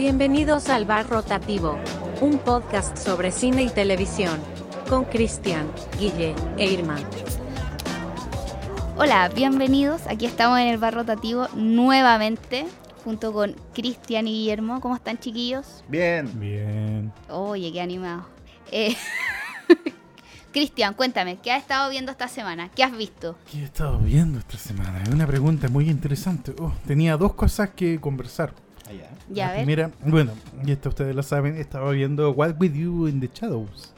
Bienvenidos al Bar Rotativo, un podcast sobre cine y televisión, con Cristian, Guille e Irma. Hola, bienvenidos. Aquí estamos en el Bar Rotativo nuevamente, junto con Cristian y Guillermo. ¿Cómo están, chiquillos? Bien. Bien. Oye, qué animado. Cristian, cuéntame, ¿qué has estado viendo esta semana? ¿Qué has visto? ¿Qué he estado viendo esta semana? Es una pregunta muy interesante. Tenía dos cosas que conversar. Allá. Ya, a La ver. primera, bueno, y esto ustedes lo saben, estaba viendo What With You in the Shadows.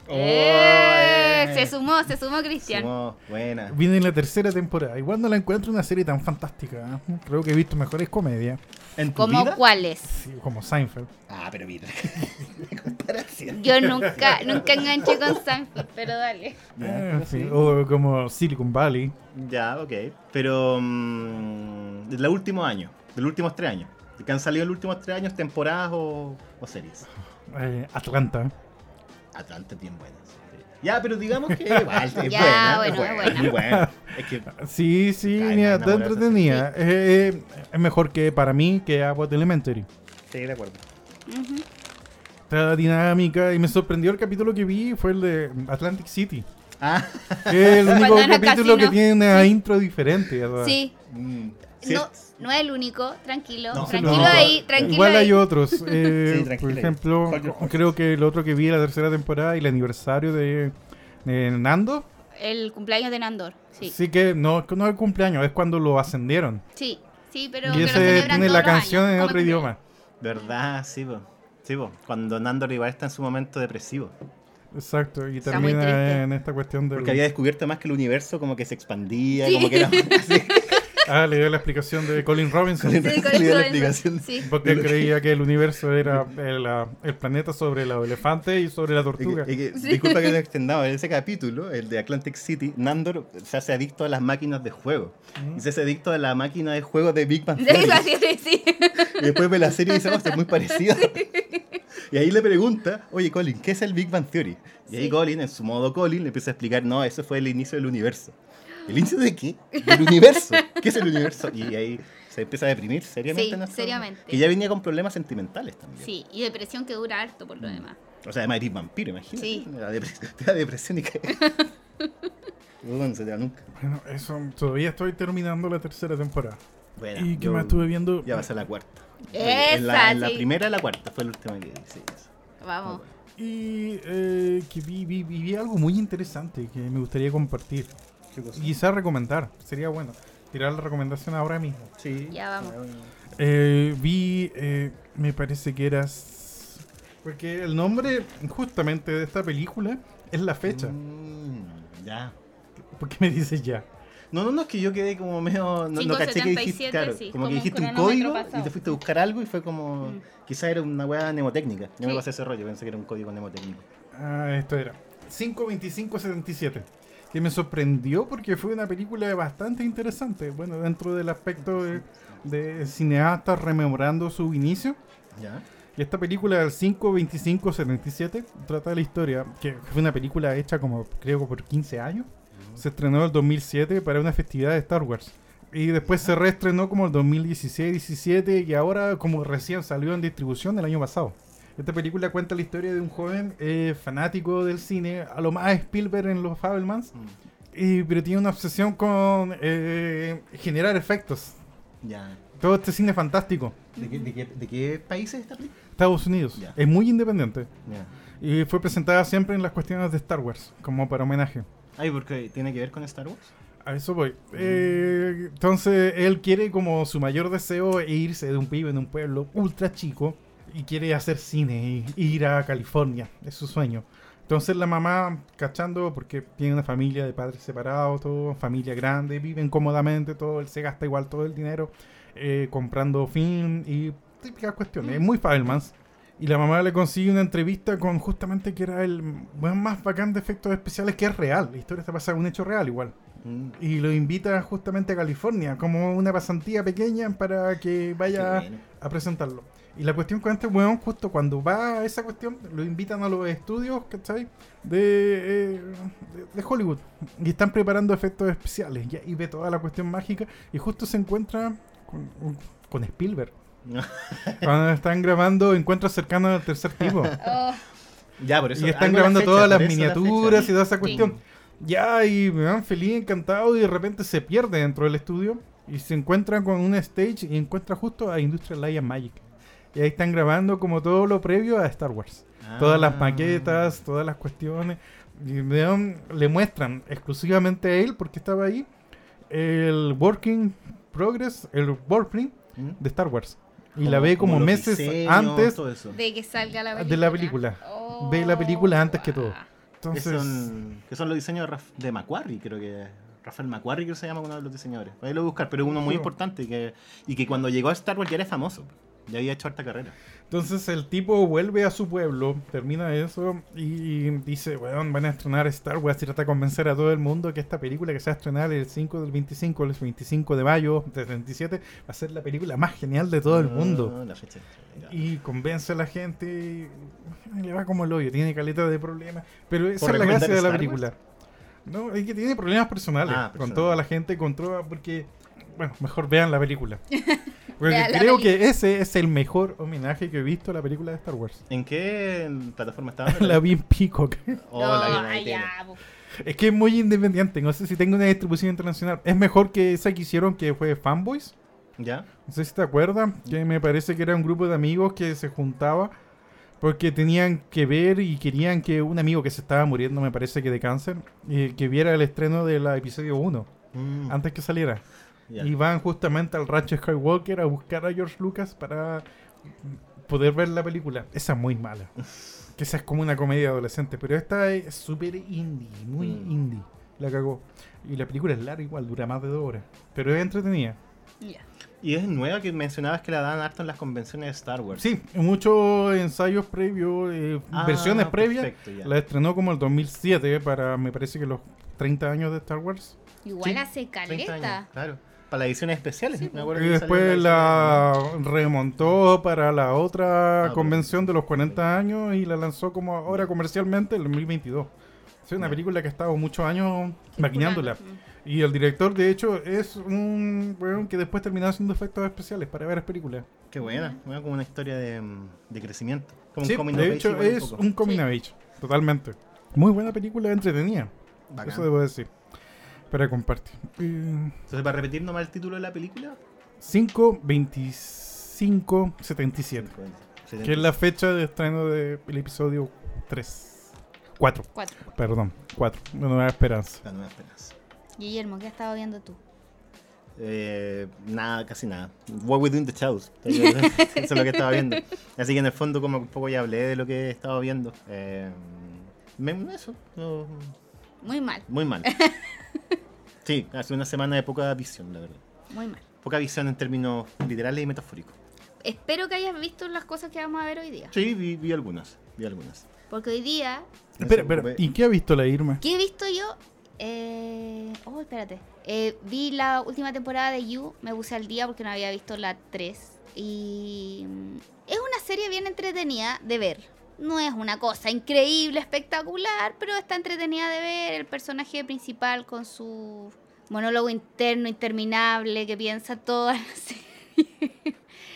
Se sumó Cristian. Buena. Viene en la tercera temporada. Igual no la encuentro una serie tan fantástica. Creo que he visto mejores comedias, ¿En tu ¿Cómo vida? cuáles? sí, como Seinfeld. Ah, pero mira. Comparación. Yo nunca enganché con Seinfeld, pero dale. En fin, sí. o como Silicon Valley. Ya, ok. Pero de los últimos años, de los últimos 3 años. ¿De que han salido en los últimos 3 años temporadas o series? Atlanta. Atlanta es bien buena. Sí. Ya, pero digamos que igual es Ya, buena. bueno, es es buena. Es que Sí, Ay, mira, me está enamoré de esa entretenida. Es mejor que para mí que Abbott Elementary. sí, de acuerdo. Ujú. Está dinámica y me sorprendió el capítulo que vi fue el de Atlantic City. Ah, Que es el único Cuando en el capítulo que casino. tiene una intro diferente. ¿verdad? Sí, sí, no es el único, tranquilo. No, tranquilo no. ahí, tranquilo Igual hay ahí. otros. tranquilo Por ahí. ejemplo, Cualquier cosa. creo que el otro que vi la tercera temporada y el aniversario de Nando. El cumpleaños de Nandor, sí. Sí que no es el cumpleaños, es cuando lo ascendieron. Sí, pero Y que lo ese celebran tiene todos la los canción años, en como otro el idioma. ¿Verdad? Sí, po. Sí, po. Cuando Nandor igual está en su momento depresivo. Exacto, y Está muy triste. termina en esta cuestión de... Porque había descubierto más que el universo como que se expandía, Sí. como que era así. le dio la explicación de Colin Robinson. Colin- Sí, con Le dio la eso, explicación. sí. Porque él creía que el universo era el planeta sobre los elefantes y sobre la tortuga. Disculpa que te he extendado, en ese capítulo, el de Atlantic City, Nandor se hace adicto a las máquinas de juego. Y se hace adicto a la máquina de juego de Big Bang Sí, Theory. así es, sí. Y después ve la serie y dice, es muy parecido. Y ahí le pregunta, oye Colin, ¿qué es el Big Bang Theory? Y ahí Sí. Colin, en su modo Colin, le empieza a explicar, no, eso fue el inicio del universo. ¿El inicio de qué? Del universo. ¿Qué es el universo? Y ahí se empieza a deprimir seriamente. Sí, nuestro- seriamente. Que ya venía con problemas sentimentales también. Sí, y depresión que dura harto por lo demás. O sea, además eres vampiro, imagínate. Sí. Te da depresión y cae. No se te da nunca. Bueno, eso todavía estoy terminando la tercera temporada. Bueno, ¿Y qué yo- más estuve viendo? Ya va a ser la cuarta. Esa, en la sí. primera y la cuarta fue la última que vi. Sí, eso. Vamos. Y que vi algo muy interesante que me gustaría compartir. ¿Qué cosa? Y quizás recomendar. Sería bueno tirar la recomendación ahora mismo. Sí. Ya vamos. Me parece que eras... Porque el nombre justamente de esta película es la fecha. Ya. ¿Por qué me dices ya? No, es que yo quedé como medio. No caché que dijiste. 5:77, Claro, sí, como que como dijiste un un cronómetro código pasado. y te fuiste a buscar algo y fue como. Quizás era una weá mnemotécnica. Yo me Sí. pasé ese rollo, pensé que era un código mnemotécnico. Esto era 5:25:77. Que me sorprendió porque fue una película bastante interesante. Bueno, dentro del aspecto de cineastas rememorando su inicio. ¿Ya? Y esta película del 5:25:77 trata de la historia, que fue una película hecha como creo por 15 años. Se estrenó en el 2007 para una festividad de Star Wars. Y después se reestrenó como el 2016-17 y ahora como recién salió en distribución el año pasado. Esta película cuenta la historia de un joven fanático del cine, a lo más Spielberg en los Fabelmans, pero tiene una obsesión con generar efectos. Ya. Todo este cine fantástico. ¿De qué país es esta película? Estados Unidos. Ya. Es muy independiente. Ya. Y fue presentada siempre en las cuestiones de Star Wars, como para homenaje. Ay, porque tiene que ver con Star Wars. A eso voy. Entonces, él quiere como su mayor deseo es irse de un pibe en un pueblo ultra chico y quiere hacer cine y ir a California. Es su sueño. Entonces la mamá, cachando, porque tiene una familia de padres separados, todo, familia grande, viven cómodamente, todo, él se gasta igual todo el dinero comprando film y típicas cuestiones. Es muy Fabelmans. Y la mamá le consigue una entrevista con justamente que era el más bacán de efectos especiales, que es real. La historia está basada en un hecho real igual. Y lo invita justamente a California como una pasantía pequeña para que vaya Qué bueno. a presentarlo. Y la cuestión con este weón, justo cuando va a esa cuestión, lo invitan a los estudios, ¿cachai? De Hollywood. Y están preparando efectos especiales. Y ve toda la cuestión mágica. Y justo se encuentra con Spielberg. Cuando están grabando encuentros cercanos al tercer tipo. Oh, Ya, por eso. Y están algo grabando la fecha, todas las por eso la miniaturas y fecha. toda esa cuestión. Ya, y me van feliz, encantado, y de repente se pierde dentro del estudio y se encuentran con un stage y encuentra justo a Industrial Light and Magic. Y ahí están grabando como todo lo previo a Star Wars. Todas las maquetas, todas las cuestiones. Y le muestran exclusivamente a él, porque estaba ahí, el working progress, el warprint de Star Wars. Y la ve como los meses diseños, antes todo eso. de que salga la película. de la película. Oh, Ve la película antes que todo. Que Entonces, son los diseños de Macquarie, creo que Rafael Macquarie, que se llama uno de los diseñadores. Ahí lo voy a buscar, pero uno muy importante y que cuando llegó a Star Wars ya era famoso. Ya había hecho harta carrera. entonces el tipo vuelve a su pueblo, termina eso y dice, weón, van a estrenar Star Wars y trata de convencer a todo el mundo que esta película que se va a estrenar el 5 del 25, el 25 de mayo del 37, va a ser la película más genial de todo el mundo. La fecha. Y convence a la gente y le va como el hoyo, tiene caleta de problemas. Pero esa ¿Por es la gracia recomendar de la Star película. No, es que tiene problemas personales con personales. toda la gente, con todo, porque, bueno, mejor vean la película. Porque Vean la creo película. que ese es el mejor homenaje que he visto a la película de Star Wars. ¿En qué plataforma estaba? La vi en Peacock. Oh, No, la vi en ay, tele. ya, po. Es que es muy independiente, no sé si tengo una distribución internacional. Es mejor que esa que hicieron que fue Fanboys. ¿Ya? No sé si te acuerdas, que me parece que era un grupo de amigos que se juntaba porque tenían que ver y querían que un amigo que se estaba muriendo, me parece que de cáncer, que viera el estreno del episodio 1 antes que saliera. Ya. Y van justamente al rancho Skywalker a buscar a George Lucas para poder ver la película. Esa es muy mala. Que esa es como una comedia adolescente, pero esta es súper indie, muy indie. La cagó. Y la película es larga igual, dura más de 2 horas. Pero es entretenida. Ya. Y es nueva, que mencionabas que la dan harto en las convenciones de Star Wars. Sí, muchos ensayos previos, versiones previas. Perfecto, ya. La estrenó como el 2007 para, me parece que los 30 años de Star Wars. Igual Sí, hace 30 caleta. años, claro. Para las ediciones especiales. Me acuerdo Y que después salió la edición remontó para la otra Ah, convención de los perfecto. 40 años y la lanzó como ahora comercialmente en el 2022. Es una Ya. película que ha estado muchos años maquinándola. Circulando. Y el director, de hecho, es un weón que después terminó haciendo efectos especiales para varias películas. Qué buena. Buena, como una historia de crecimiento. Como Sí, un coming of de age hecho igual es poco. un coming Sí. of age, totalmente. Muy buena película, entretenida. Bacán. Eso debo decir. Para compartir. Entonces, para repetir nomás el título de la película. 5/25/77. Que es la fecha de estreno del episodio 3. 4. 4. Perdón, 4. Una nueva esperanza. La nueva esperanza. Guillermo, ¿qué has estado viendo tú? Nada, casi nada. What We Do in the Shadows. Eso es lo que estaba viendo. Así que en el fondo, como un poco ya hablé de lo que he estado viendo. Eso. No, Muy mal, muy mal. Sí, hace una semana de poca visión, la verdad. muy mal. Poca visión en términos literales y metafóricos. Espero que hayas visto las cosas que vamos a ver hoy día. Sí, vi algunas. Vi algunas. Porque hoy día, Espera, Eso, espera. ¿Y qué ha visto la Irma? ¿qué he visto yo? Oh, espérate. Vi la última temporada de You, me puse al día porque no había visto la 3. Y es una serie bien entretenida de ver. No es una cosa increíble, espectacular, pero está entretenida de ver. El personaje principal con su monólogo interno interminable que piensa toda la serie.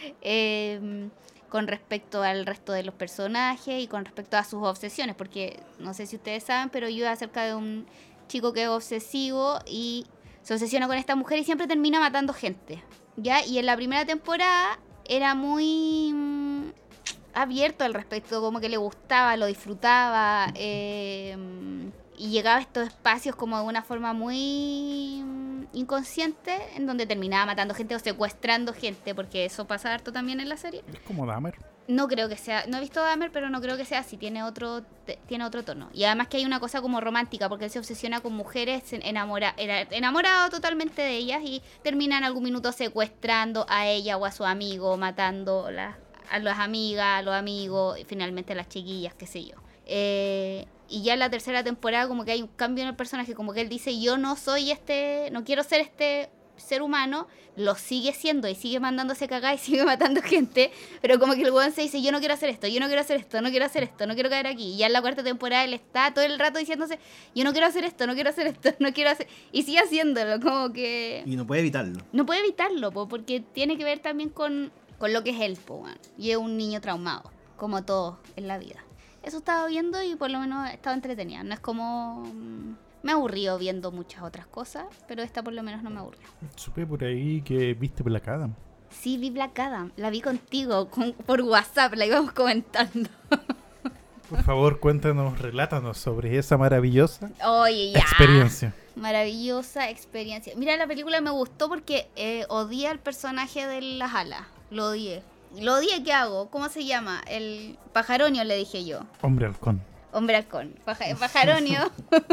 Con respecto al resto de los personajes y con respecto a sus obsesiones, porque no sé si ustedes saben, pero yo acerca de un chico que es obsesivo y se obsesiona con esta mujer y siempre termina matando gente, ¿ya? Y en la primera temporada era muy abierto al respecto, como que le gustaba, lo disfrutaba, y llegaba a estos espacios como de una forma muy inconsciente, en donde terminaba matando gente o secuestrando gente, porque eso pasa harto también en la serie. Es como Dahmer. No creo que sea, no he visto Dahmer, pero no creo que sea así, tiene otro tono. Y además que hay una cosa como romántica, porque él se obsesiona con mujeres, enamorado totalmente de ellas y termina en algún minuto secuestrando a ella o a su amigo, matando a las amigas, a los amigos, y finalmente a las chiquillas, qué sé yo. Y ya en la tercera temporada como que hay un cambio en el personaje, como que él dice, yo no soy no quiero ser este ser humano, lo sigue siendo y sigue mandándose cagar y sigue matando gente, pero como que el weón se dice, yo no quiero hacer esto, yo no quiero hacer esto, no quiero hacer esto, no quiero caer aquí. Y ya en la cuarta temporada él está todo el rato diciéndose, yo no quiero hacer esto, no quiero hacer esto, no quiero hacer... Y sigue haciéndolo, como que... Y no puede evitarlo. No puede evitarlo, porque tiene que ver también con con lo que es él, po, weón. Y es un niño traumado, como todos en la vida. Eso estaba viendo y por lo menos estaba entretenida. No es como... me he aburrido viendo muchas otras cosas, pero esta por lo menos no me aburrió. Supe por ahí que viste Black Adam. Sí, vi Black Adam. La vi contigo por WhatsApp, la íbamos comentando. Por favor, cuéntanos, relátanos sobre esa maravillosa Oye, ya. experiencia. Maravillosa experiencia. Mira, la película me gustó porque odié al personaje de las alas. Lo odié. Lo odié, ¿qué hago? ¿Cómo se llama? El pajaronio, le dije yo. Hombre halcón. Hombre halcón. Pajaronio.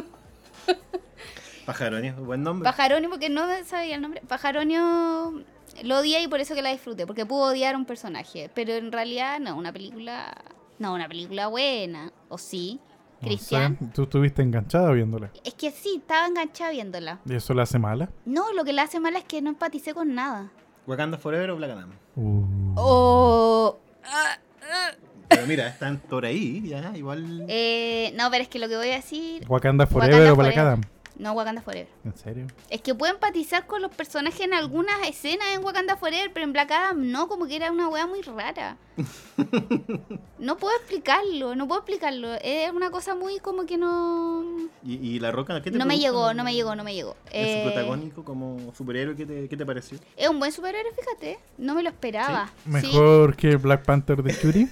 Pajaronio, buen nombre. Pajaronio, porque no sabía el nombre. Pajaronio lo odié y por eso que la disfruté. Porque pude odiar a un personaje. Pero en realidad, no, una película buena. ¿O sí? Cristian. O sea, tú estuviste enganchada viéndola. Es que sí, estaba enganchada viéndola. ¿Y eso la hace mala? No, lo que la hace mala es que no empaticé con nada. ¿Wakanda Forever o Black Adam? Oh. Pero mira, están por ahí, ya, igual. No, pero es que lo que voy a decir... ¿Wakanda Forever Wakanda o Black Forever. Adam? No, Wakanda Forever. ¿En serio? Es que puedo empatizar con los personajes en algunas escenas en Wakanda Forever, pero en Black Adam no, como que era una wea muy rara. No puedo explicarlo. Es una cosa muy como que no... ¿Y La Roca qué te No me produjo? llegó. ¿Es su protagónico como superhéroe? ¿Qué te pareció? Es un buen superhéroe, fíjate. No me lo esperaba. Sí. ¿Mejor que Black Panther de Shuri?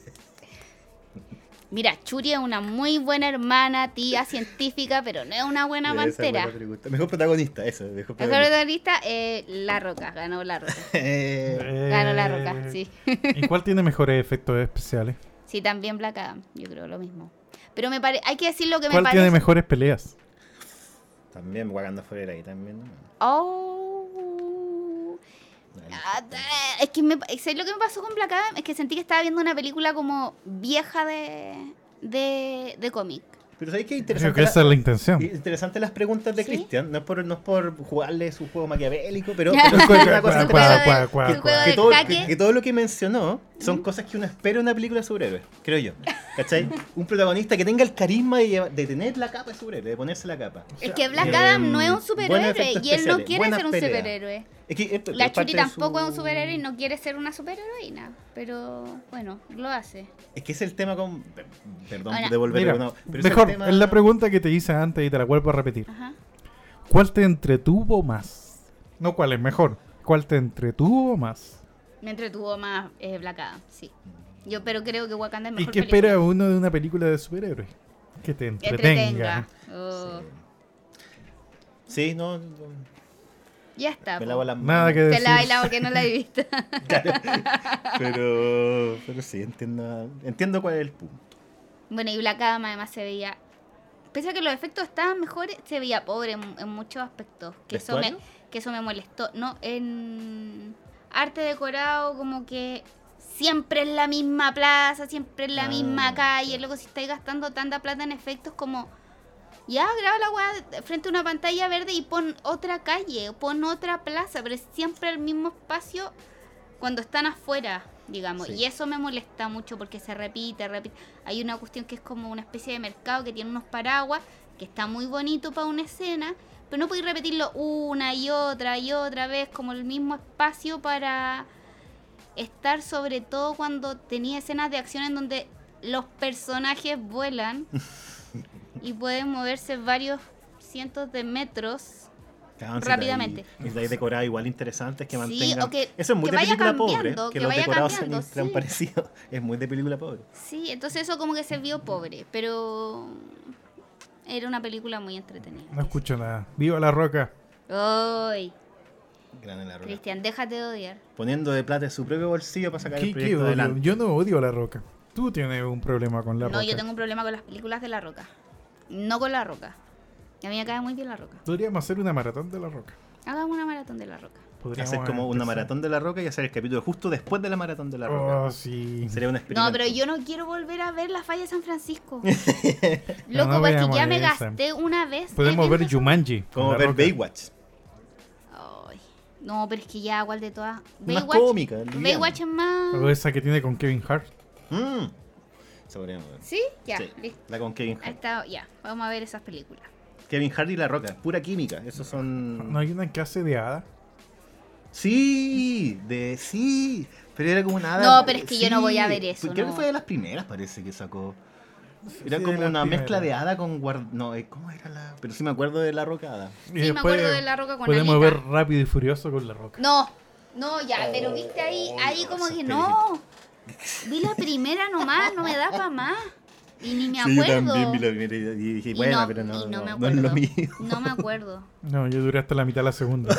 Mira, Shuri es una muy buena hermana, tía, científica, pero no es una buena Esa pantera. fue la pregunta. Mejor protagonista, eso. Mejor Mejor protagonista, La Roca, ganó La Roca. Ganó La Roca, sí. ¿Y cuál tiene mejores efectos especiales? Sí, también Black Adam, yo creo lo mismo. Pero hay que decir lo que me ¿Cuál parece. tiene mejores peleas? También Wakanda Forever ahí también, ¿no? Oh. Es que ¿sabes lo que me pasó con Black Adam? Es que sentí que estaba viendo una película como vieja de cómic. Pero ¿sabes qué? Creo que esa es la intención. Interesante las preguntas de ¿Sí? Cristian. No es por jugarle su juego maquiavélico, pero Ya. es una cosa Su juego de- Cuá, su juego que de todo, jaque. que todo lo que mencionó son cosas que uno espera en una película de superhéroes, creo yo. ¿Cachai? Un protagonista que tenga el carisma de tener la capa de superhéroe, de ponerse la capa. Es que Black Eh, Adam no es un buenos superhéroe efectos y él no especiales, quiere buenas ser un peleas. superhéroe. Es que esto La es parte Churi de tampoco su- es un superhéroe y no quiere ser una superheroína. Pero bueno, lo hace. Es que es el tema con... Perdón, Ahora- devolverlo. Mira, No, pero es el mejor, tema- es la pregunta que te hice antes y te la vuelvo a repetir. Ajá. ¿Cuál te entretuvo más? No, ¿cuál es mejor? ¿Cuál te entretuvo más? Me entretuvo más Black Adam, sí. Yo pero creo que Wakanda es mejor ¿Y qué película. espera uno de una película de superhéroes? Que te Entretenga. entretenga. Oh. Sí, no... Ya está. Me po. lavo las Nada que Te decir. la bailado porque no la he visto. Pero sí, entiendo cuál es el punto. Bueno, y Black Adam además se veía... Pese a que los efectos estaban mejores, se veía pobre en muchos aspectos. Que ¿Vestuario? eso me molestó. No, en arte decorado como que siempre en la misma plaza, siempre en la misma calle. Luego si estáis gastando tanta plata en efectos como... Ya, graba la weá frente a una pantalla verde y pon otra calle, pon otra plaza, pero es siempre el mismo espacio cuando están afuera, digamos. Sí. Y eso me molesta mucho porque se repite. Hay una cuestión que es como una especie de mercado que tiene unos paraguas, que está muy bonito para una escena, pero no podéis repetirlo una y otra vez, como el mismo espacio para estar, sobre todo cuando tenía escenas de acción en donde los personajes vuelan y pueden moverse varios cientos de metros Claro, sí, rápidamente. Y de ahí decorado igual interesante es que Sí, mantengan... o que- eso es muy que de vaya película pobre, cambiando, que que los vaya decorados cambiando, sean tan sí. parecidos. Es muy de película pobre. Sí, entonces eso como que se vio pobre, pero era una película muy entretenida. No escucho nada. ¡Viva la Roca! ¡Ay! Gran en la roca. Cristian, déjate de odiar. Poniendo de plata de su propio bolsillo para sacar el ¿Qué proyecto odio? adelante. Yo no odio a la Roca. Tú tienes un problema con la No, Roca. yo tengo un problema con las películas de La Roca. No con La Roca. A mí me cae muy bien La Roca. Podríamos hacer una maratón de la Roca. Hagamos una maratón de La Roca. Podríamos Hacer como una empezar. maratón de la roca y hacer el capítulo justo después de la maratón de la Oh, roca. sí. Sería un experimento. No, pero yo no quiero volver a ver la falla de San Francisco. No, Loco, no pues que veamos ya me esa. gasté una vez. Podemos en ver esa- Jumanji. con Como La ver Roca. Baywatch. Ay, no, pero es que ya igual de todas. Más cómica, Baywatch es más... O esa que tiene con Kevin Hart. Se podríamos ver. ¿Sí? Ya, Sí, listo. la con Kevin Ahí Hart. está, ya, vamos a ver esas películas. Kevin Hart y la roca. Pura química. Esos son... No hay una que hace de hada. Sí, sí, pero era como una hada. No, pero es que yo no voy a ver eso, Creo no. que fue de las primeras, parece que sacó. Era Sí, como de una las mezcla primeras. de hada con no, ¿cómo era la? Pero sí me acuerdo de la roca hada. Y Sí, me después acuerdo de La Roca con podemos Anita. ver Rápido y Furioso con La Roca. No, ya, pero viste ahí no, como esas que no. Vi la primera nomás, no me da para más. Y ni me acuerdo. Sí, yo también vi la primera y dije, Y bueno, no, pero no, y no me no es acuerdo. lo mío. No me acuerdo. No, yo duré hasta la mitad de la segunda.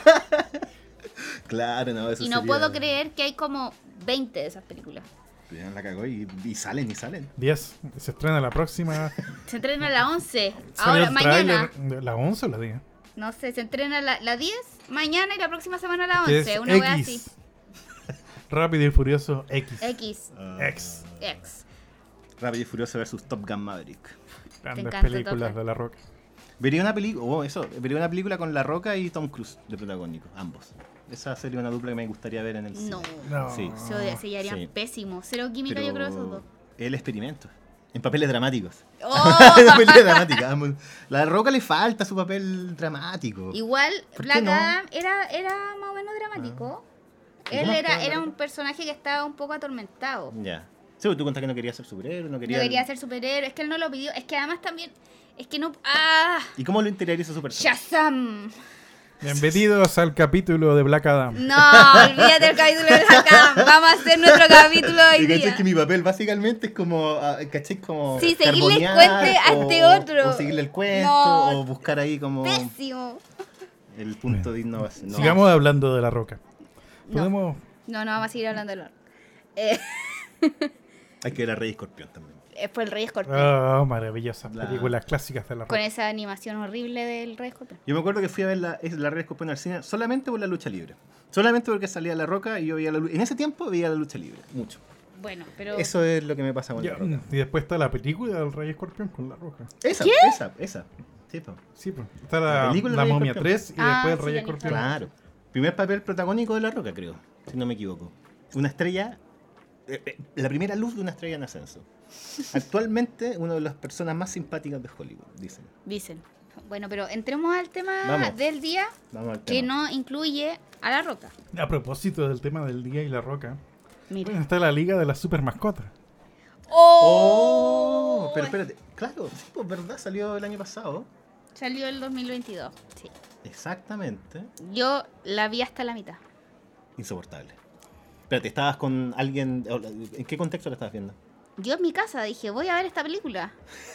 Claro, no, eso Y no sería- puedo creer que hay como 20 de esas películas. Ya la cagó y salen. 10. Se estrena la próxima. Se entrena a las 11. Salió Ahora, el mañana. tráiler, ¿la 11 o la 10? No sé, se entrena la 10 mañana y la próxima semana a las Que 11. es Una wea así. X. Rápido y Furioso X. X. X. X. Rápido y Furioso versus Top Gun Maverick. Grandes encanta películas Top de La Roca. Vería una película, vería una película con La Roca y Tom Cruise de protagónico, ambos. Esa sería una dupla que me gustaría ver en el cine. No. No. Sí. Se llevarían Sí. pésimo. Cero química, yo creo, esos dos. El experimento. En papeles dramáticos. ¡Oh! En papeles dramáticos. Ambos. La Roca le falta su papel dramático. Igual, ¿Por qué Black no? Adam era más o menos dramático. ¿Y Él cómo era actúa un Black personaje que estaba un poco atormentado. Ya. Sí, tú contaste que no quería ser superhéroe, no quería... No quería ser superhéroe. Es que él no lo pidió. Es que además también. Es que no. ¡Ah! ¿Y cómo lo interioriza su personaje? ¡Shazam! Bienvenidos al capítulo de Black Adam. No, olvídate del capítulo de Black Adam. Vamos a hacer nuestro capítulo hoy Y caché día. que mi papel básicamente es como, ¿caché? Como Sí, seguirle el carbonear, cuente a este otro. O seguirle el cuento, No. o buscar ahí como Pésimo. el punto de innovación. No. Sigamos hablando de La Roca. No. Podemos. No, vamos a seguir hablando de lo. Hay que ver a Rey Escorpión también. Fue el Rey Escorpión. Oh, maravillosas La- películas clásicas de La Con Roca. esa animación horrible del Rey Escorpión. Yo me acuerdo que fui a ver la Rey Escorpión al cine solamente por la lucha libre. Solamente porque salía La Roca y yo veía la lucha. En ese tiempo veía la lucha libre, mucho. Bueno, pero. Eso es lo que me pasa con Ya, La Roca. y después está la película del Rey Escorpión con La Roca. Esa. Sí, po. Sí, pues. Está La la película del Rey Momia Escorpión. 3 y Ah, después el sí, Rey ya ni Escorpión. Claro. Primer papel protagónico de La Roca, creo, si no me equivoco. Una estrella, la primera luz de una estrella en ascenso. Actualmente, una de las personas más simpáticas de Hollywood, dicen. Dicen. Bueno, pero entremos al tema Vamos. del día Vamos al que tema. no incluye a La Roca. A propósito del tema del día y La Roca, Mira. bueno, está la Liga de las Super Mascotas. ¡Oh! Pero espérate, claro, sí, pues verdad, salió el año pasado. Salió el 2022. Sí. Exactamente. Yo la vi hasta la mitad. Insoportable. Espérate, ¿estabas con alguien? ¿En qué contexto la estabas viendo? Yo en mi casa dije, voy a ver esta película.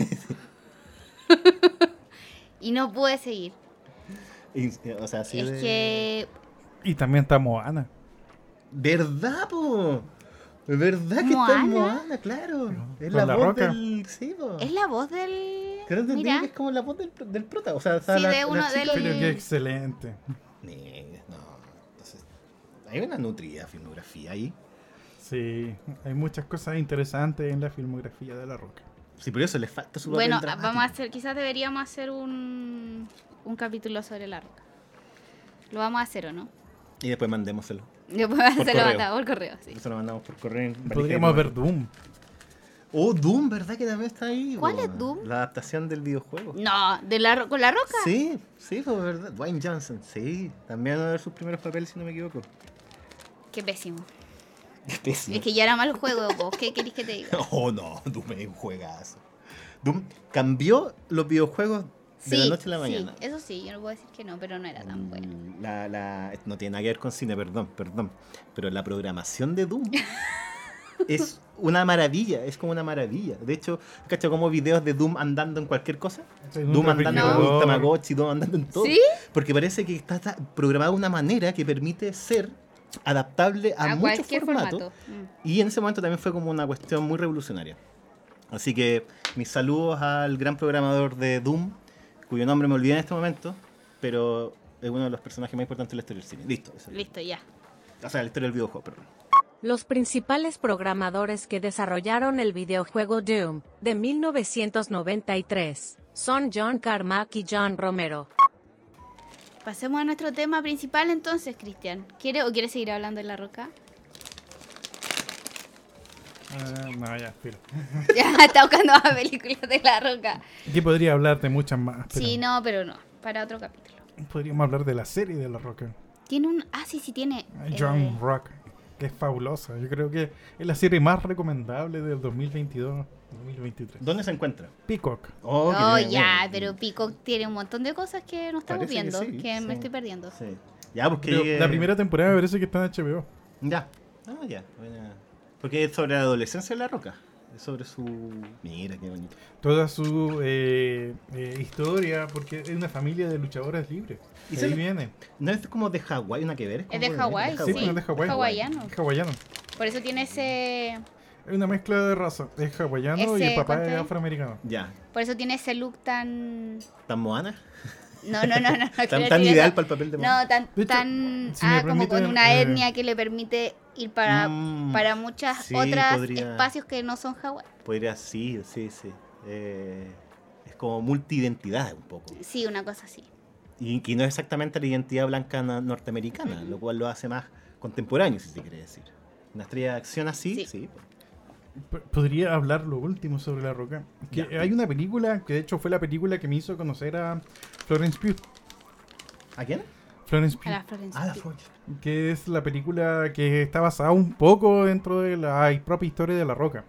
Y no pude seguir. O sea, así Es de... que. Y también está Moana. ¿Verdad, po? ¿Verdad que ¿Moana? está en Moana? Claro. Es Con la La voz Roca. del... Sí, po. Es la voz del. Creo que Mira. es como la voz del prota. O sea, está Sí, de uno chica- del- Pero qué excelente. No. Entonces, hay una nutrida filmografía ahí. Sí, hay muchas cosas interesantes en la filmografía de La Roca. Sí, por eso le falta su papel Bueno, dramático. vamos a hacer. Quizás deberíamos hacer un capítulo sobre La Roca. ¿Lo vamos a hacer o no? Y después mandémoselo. Después Por se lo correo. mandamos por correo, sí. Eso lo mandamos por correo. Podríamos ver Doom. Oh, Doom, ¿verdad que también está ahí? ¿Cuál po? es Doom? La adaptación del videojuego. No, ¿con La Roca? Sí, pues verdad. Dwayne Johnson, sí. También uno de sus primeros papeles, si no me equivoco. Qué pésimo. Pésimo. Es que ya era mal juego, vos. ¿Qué querés que te diga? Oh, no, Doom es un juegazo. Doom cambió los videojuegos de la noche a la mañana. Sí, eso sí, yo no puedo decir que no, pero no era tan bueno. No tiene nada que ver con cine, perdón. Pero la programación de Doom es una maravilla, es como una maravilla. De hecho, ¿cachai? Como videos de Doom andando en cualquier cosa. Sí, en un Doom andando en refrigerador. un Tamagotchi, Doom andando en todo. ¿Sí? Porque parece que está programado de una manera que permite ser adaptable a muchos cualquier formatos. formato. Y en ese momento también fue como una cuestión muy revolucionaria. Así que mis saludos al gran programador de Doom, cuyo nombre me olvidé en este momento, pero es uno de los personajes más importantes de la historia del cine. Listo. Eso. Listo, ya. O sea, la historia del videojuego, perdón. Los principales programadores que desarrollaron el videojuego Doom, de 1993, son John Carmack y John Romero. Pasemos a nuestro tema principal entonces, Cristian. ¿Quieres seguir hablando de La Roca? No, ya, filo. Ya está buscando más películas de La Roca. Aquí podría hablar de muchas más. Pero Sí, no, pero no. Para otro capítulo. podríamos hablar de la serie de La Roca. Tiene un... Ah, sí, tiene. Young Rock, que es fabulosa. Yo creo que es la serie más recomendable del 2022-2023. ¿Dónde se encuentra? Peacock. Oh, Oh, que tiene- ya, bueno, pero Peacock tiene un montón de cosas que no estamos Parece que viendo, sí, que me sí. estoy perdiendo. Sí. Ya, porque Pero la primera temporada me parece que está en HBO. Ya. Ah, ya. Buena. Porque es sobre la adolescencia de La Roca. Es sobre su... Mira, qué bonito. Toda su historia, porque es una familia de luchadores libres. ¿Y De ahí se- viene. ¿No es como de Hawái, una que ver? Es de Hawái, Sí, pues, es de Hawái. hawaiano. Es hawaiano. Por eso tiene ese... Es una mezcla de raza. Es hawaiano y Ese, el papá ¿cuánto es es? afroamericano. Ya. Por eso tiene ese look tan... ¿Tan Moana? No. ¿Tan ideal para el papel de Moana? No, tan... De hecho, tan si me como con permiten, una etnia que le permite ir para muchas sí, otras podría- espacios que no son Hawái. Podría, sí. Es como multiidentidad un poco. Sí, una cosa así. Y que no es exactamente la identidad blanca norteamericana, lo cual lo hace más contemporáneo, si se quiere decir. Una estrella de acción así, Sí. sí. Podría hablar lo último sobre La Roca. Que Ya. hay una película, que de hecho fue la película que me hizo conocer a Florence Pugh. ¿A quién? Florence A Pugh. la Florence Ah, la Pugh. Florence. Que es la película que está basada un poco dentro de la propia historia de La Roca.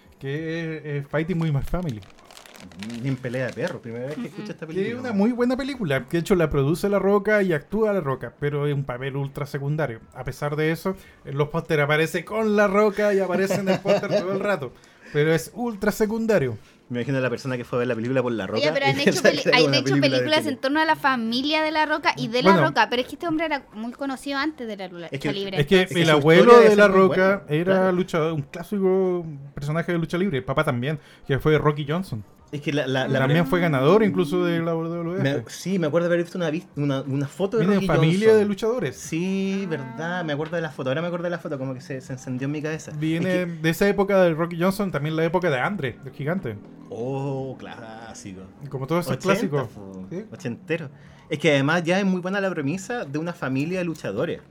Que es Fighting with My Family. Ni en pelea de perros, primera vez que escucho esta Que película. es una muy buena película. Que de hecho la produce La Roca y actúa La Roca. Pero es un papel ultra secundario. A pesar de eso, en los pósteres aparece con La Roca y aparece en el póster todo el rato. Pero es ultra secundario. Me imagino a la persona que fue a ver la película por La Roca. Oye, pero y han hecho, pensaba que era hay una de hecho película de películas tele. en torno a la familia de La Roca y de La Bueno. Roca, pero es que este hombre era muy conocido antes de la lucha Es que- libre. Es que que el su abuelo historia de debe La ser muy Roca buena, era claro. luchador, un clásico personaje de lucha libre. El papá también, que fue Rocky Johnson. Es que la También fue ganador incluso de la WWE. sí, me acuerdo de haber visto una foto de Viene Rocky de familia Johnson. de luchadores. Sí, verdad, me acuerdo de la foto. Ahora me acuerdo de la foto, como que se encendió en mi cabeza. Viene Es que- de esa época de Rocky Johnson, también la época de Andre, el gigante. Oh, clásico. Como todos esos 80, clásicos. po, ¿Sí? ochentero. Es que además ya es muy buena la premisa de una familia de luchadores.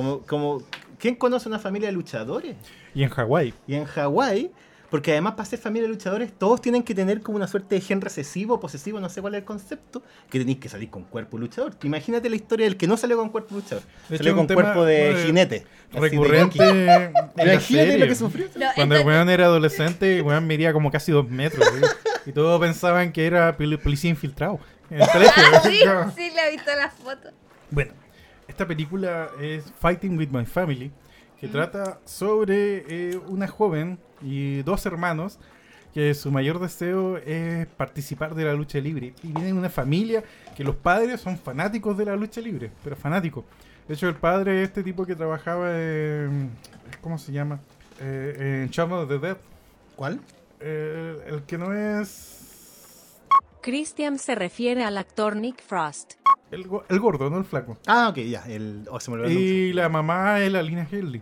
¿Quién conoce una familia de luchadores? Y en Hawái. Y en Hawái, porque además para ser familia de luchadores todos tienen que tener como una suerte de gen recesivo, posesivo, no sé cuál es el concepto, que tenéis que salir con cuerpo luchador. Imagínate la historia del que no salió con cuerpo luchador. De Salió hecho, con un tema, cuerpo de jinete. así de Recurrente jockey. en la Imagínate serie. lo que sufrió. No, Cuando el esto- weón era adolescente, el weón medía como casi 2 metros. ¿sí? Y todos pensaban que era policía infiltrado en el colegio. sí, le he visto la foto. Bueno, esta película es Fighting with My Family, que trata sobre una joven y 2 hermanos que su mayor deseo es participar de la lucha libre. Y viene de una familia que los padres son fanáticos de la lucha libre, pero fanáticos. De hecho, el padre es este tipo que trabajaba en... ¿Cómo se llama? En Shaun of the Dead. ¿Cuál? El que no es... Christian se refiere al actor Nick Frost. El gordo, no el flaco. Ah, ok, ya. Se me olvidó el nombre. Y la mamá es la Lina Headey.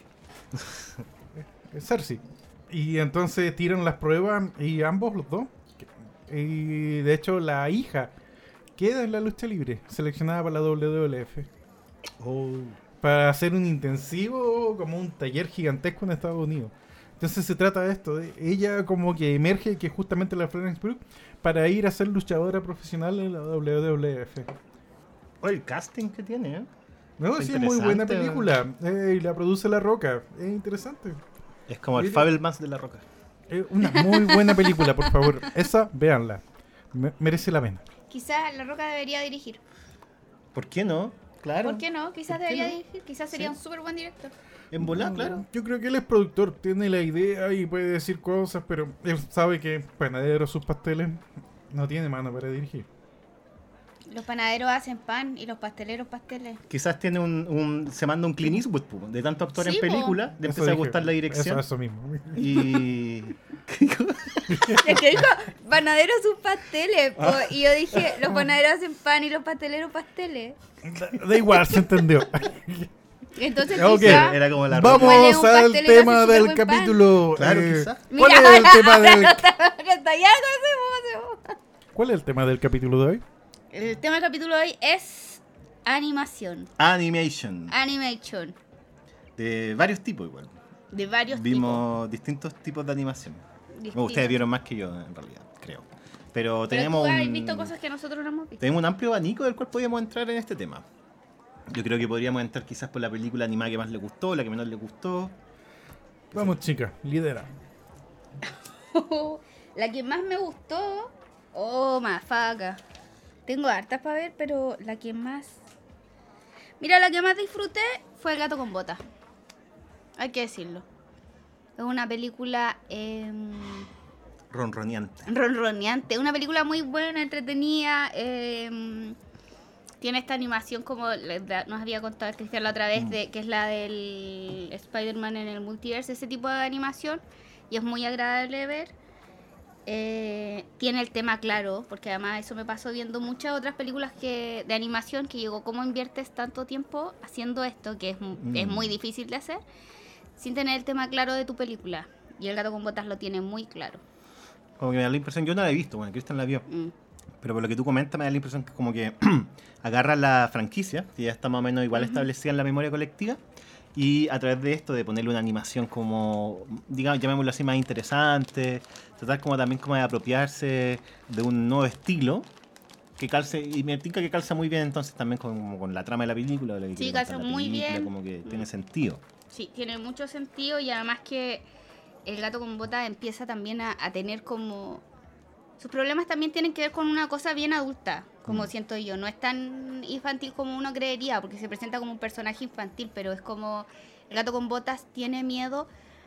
Es Cersei. Y entonces tiran las pruebas y ambos, los dos. Y de hecho la hija queda en la lucha libre, seleccionada para la WWF. Oh. Para hacer un intensivo, como un taller gigantesco en Estados Unidos. Entonces se trata de esto, de ella como que emerge, que es justamente la Florence Pugh, para ir a ser luchadora profesional en la WWF. Oh, el casting que tiene, ¿eh? No, Está sí, es muy buena interesante. película. Y la produce La Roca. Es interesante. Es como el Mira. Fabelmans de La Roca. Es una muy buena película, por favor. Esa, véanla. Merece la pena. Quizás La Roca debería dirigir. ¿Por qué no? Claro. ¿Por qué no? Quizás ¿Por qué debería no? dirigir. Quizás sería Sí. un súper buen director. En volar, claro. Yo creo que él es productor, tiene la idea y puede decir cosas, pero él sabe que panadero sus pasteles no tiene mano para dirigir. Los panaderos hacen pan y los pasteleros pasteles. Quizás tiene se manda un Clint Eastwood, po, de tanto actuar Sí, en po. película, de Eso empezar a dije. gustar la dirección. Eso mismo. Y. Es que dijo, panaderos sus pasteles. po. Y yo dije, los panaderos hacen pan y los pasteleros pasteles. Da igual, se entendió. Entonces Ok. quizás... Era como la Roca. Huele Vamos un al pastel y tema hace súper del buen pan. capítulo. Claro, quizás. ¿Cuál es el tema del Ya, ¿Cuál es el tema del capítulo de hoy? el tema del capítulo de hoy es animación. Animation. Animation. De varios tipos, igual. De varios Vimos distintos tipos de animación. Distintos. Ustedes vieron más que yo, en realidad, creo. Pero Pero tenemos tú has un, visto cosas que nosotros no hemos visto. tenemos un amplio abanico del cual podíamos entrar en este tema. Yo creo que podríamos entrar quizás por la película animada que más le gustó, la que menos le gustó. Vamos, chica, lidera. La que más me gustó... Oh, mafaca. Tengo hartas para ver, pero la que más... Mira, la que más disfruté fue El gato con botas. Hay que decirlo. Es una película... Ronroneante. ronroneante. Una película muy buena, entretenida. Tiene esta animación como nos había contado Cristian la otra vez, que es la del Spider-Man en el multiverso, ese tipo de animación. Y es muy agradable de ver. Tiene el tema claro, porque además eso me pasó viendo muchas otras películas de animación que digo, ¿cómo inviertes tanto tiempo haciendo esto? Que es muy difícil de hacer, sin tener el tema claro de tu película. Y El gato con botas lo tiene muy claro. Como que me da la impresión, yo no la he visto, bueno, Cristian la vio. Pero por lo que tú comentas me da la impresión que como que agarra la franquicia, que ya está más o menos igual establecida en la memoria colectiva, y a través de esto, de ponerle una animación como, digamos, llamémoslo así, más interesante, tratar como también como de apropiarse de un nuevo estilo, que calce, y me tinca que calza muy bien entonces también con la trama de la película. De la que Sí, quiere contar calza la muy película, bien. Como que tiene sentido. Sí, tiene mucho sentido y además que El gato con botas empieza también a tener como... Sus problemas también tienen que ver con una cosa bien adulta, como siento yo. No es tan infantil como uno creería, porque se presenta como un personaje infantil, pero es como... El gato con botas tiene miedo...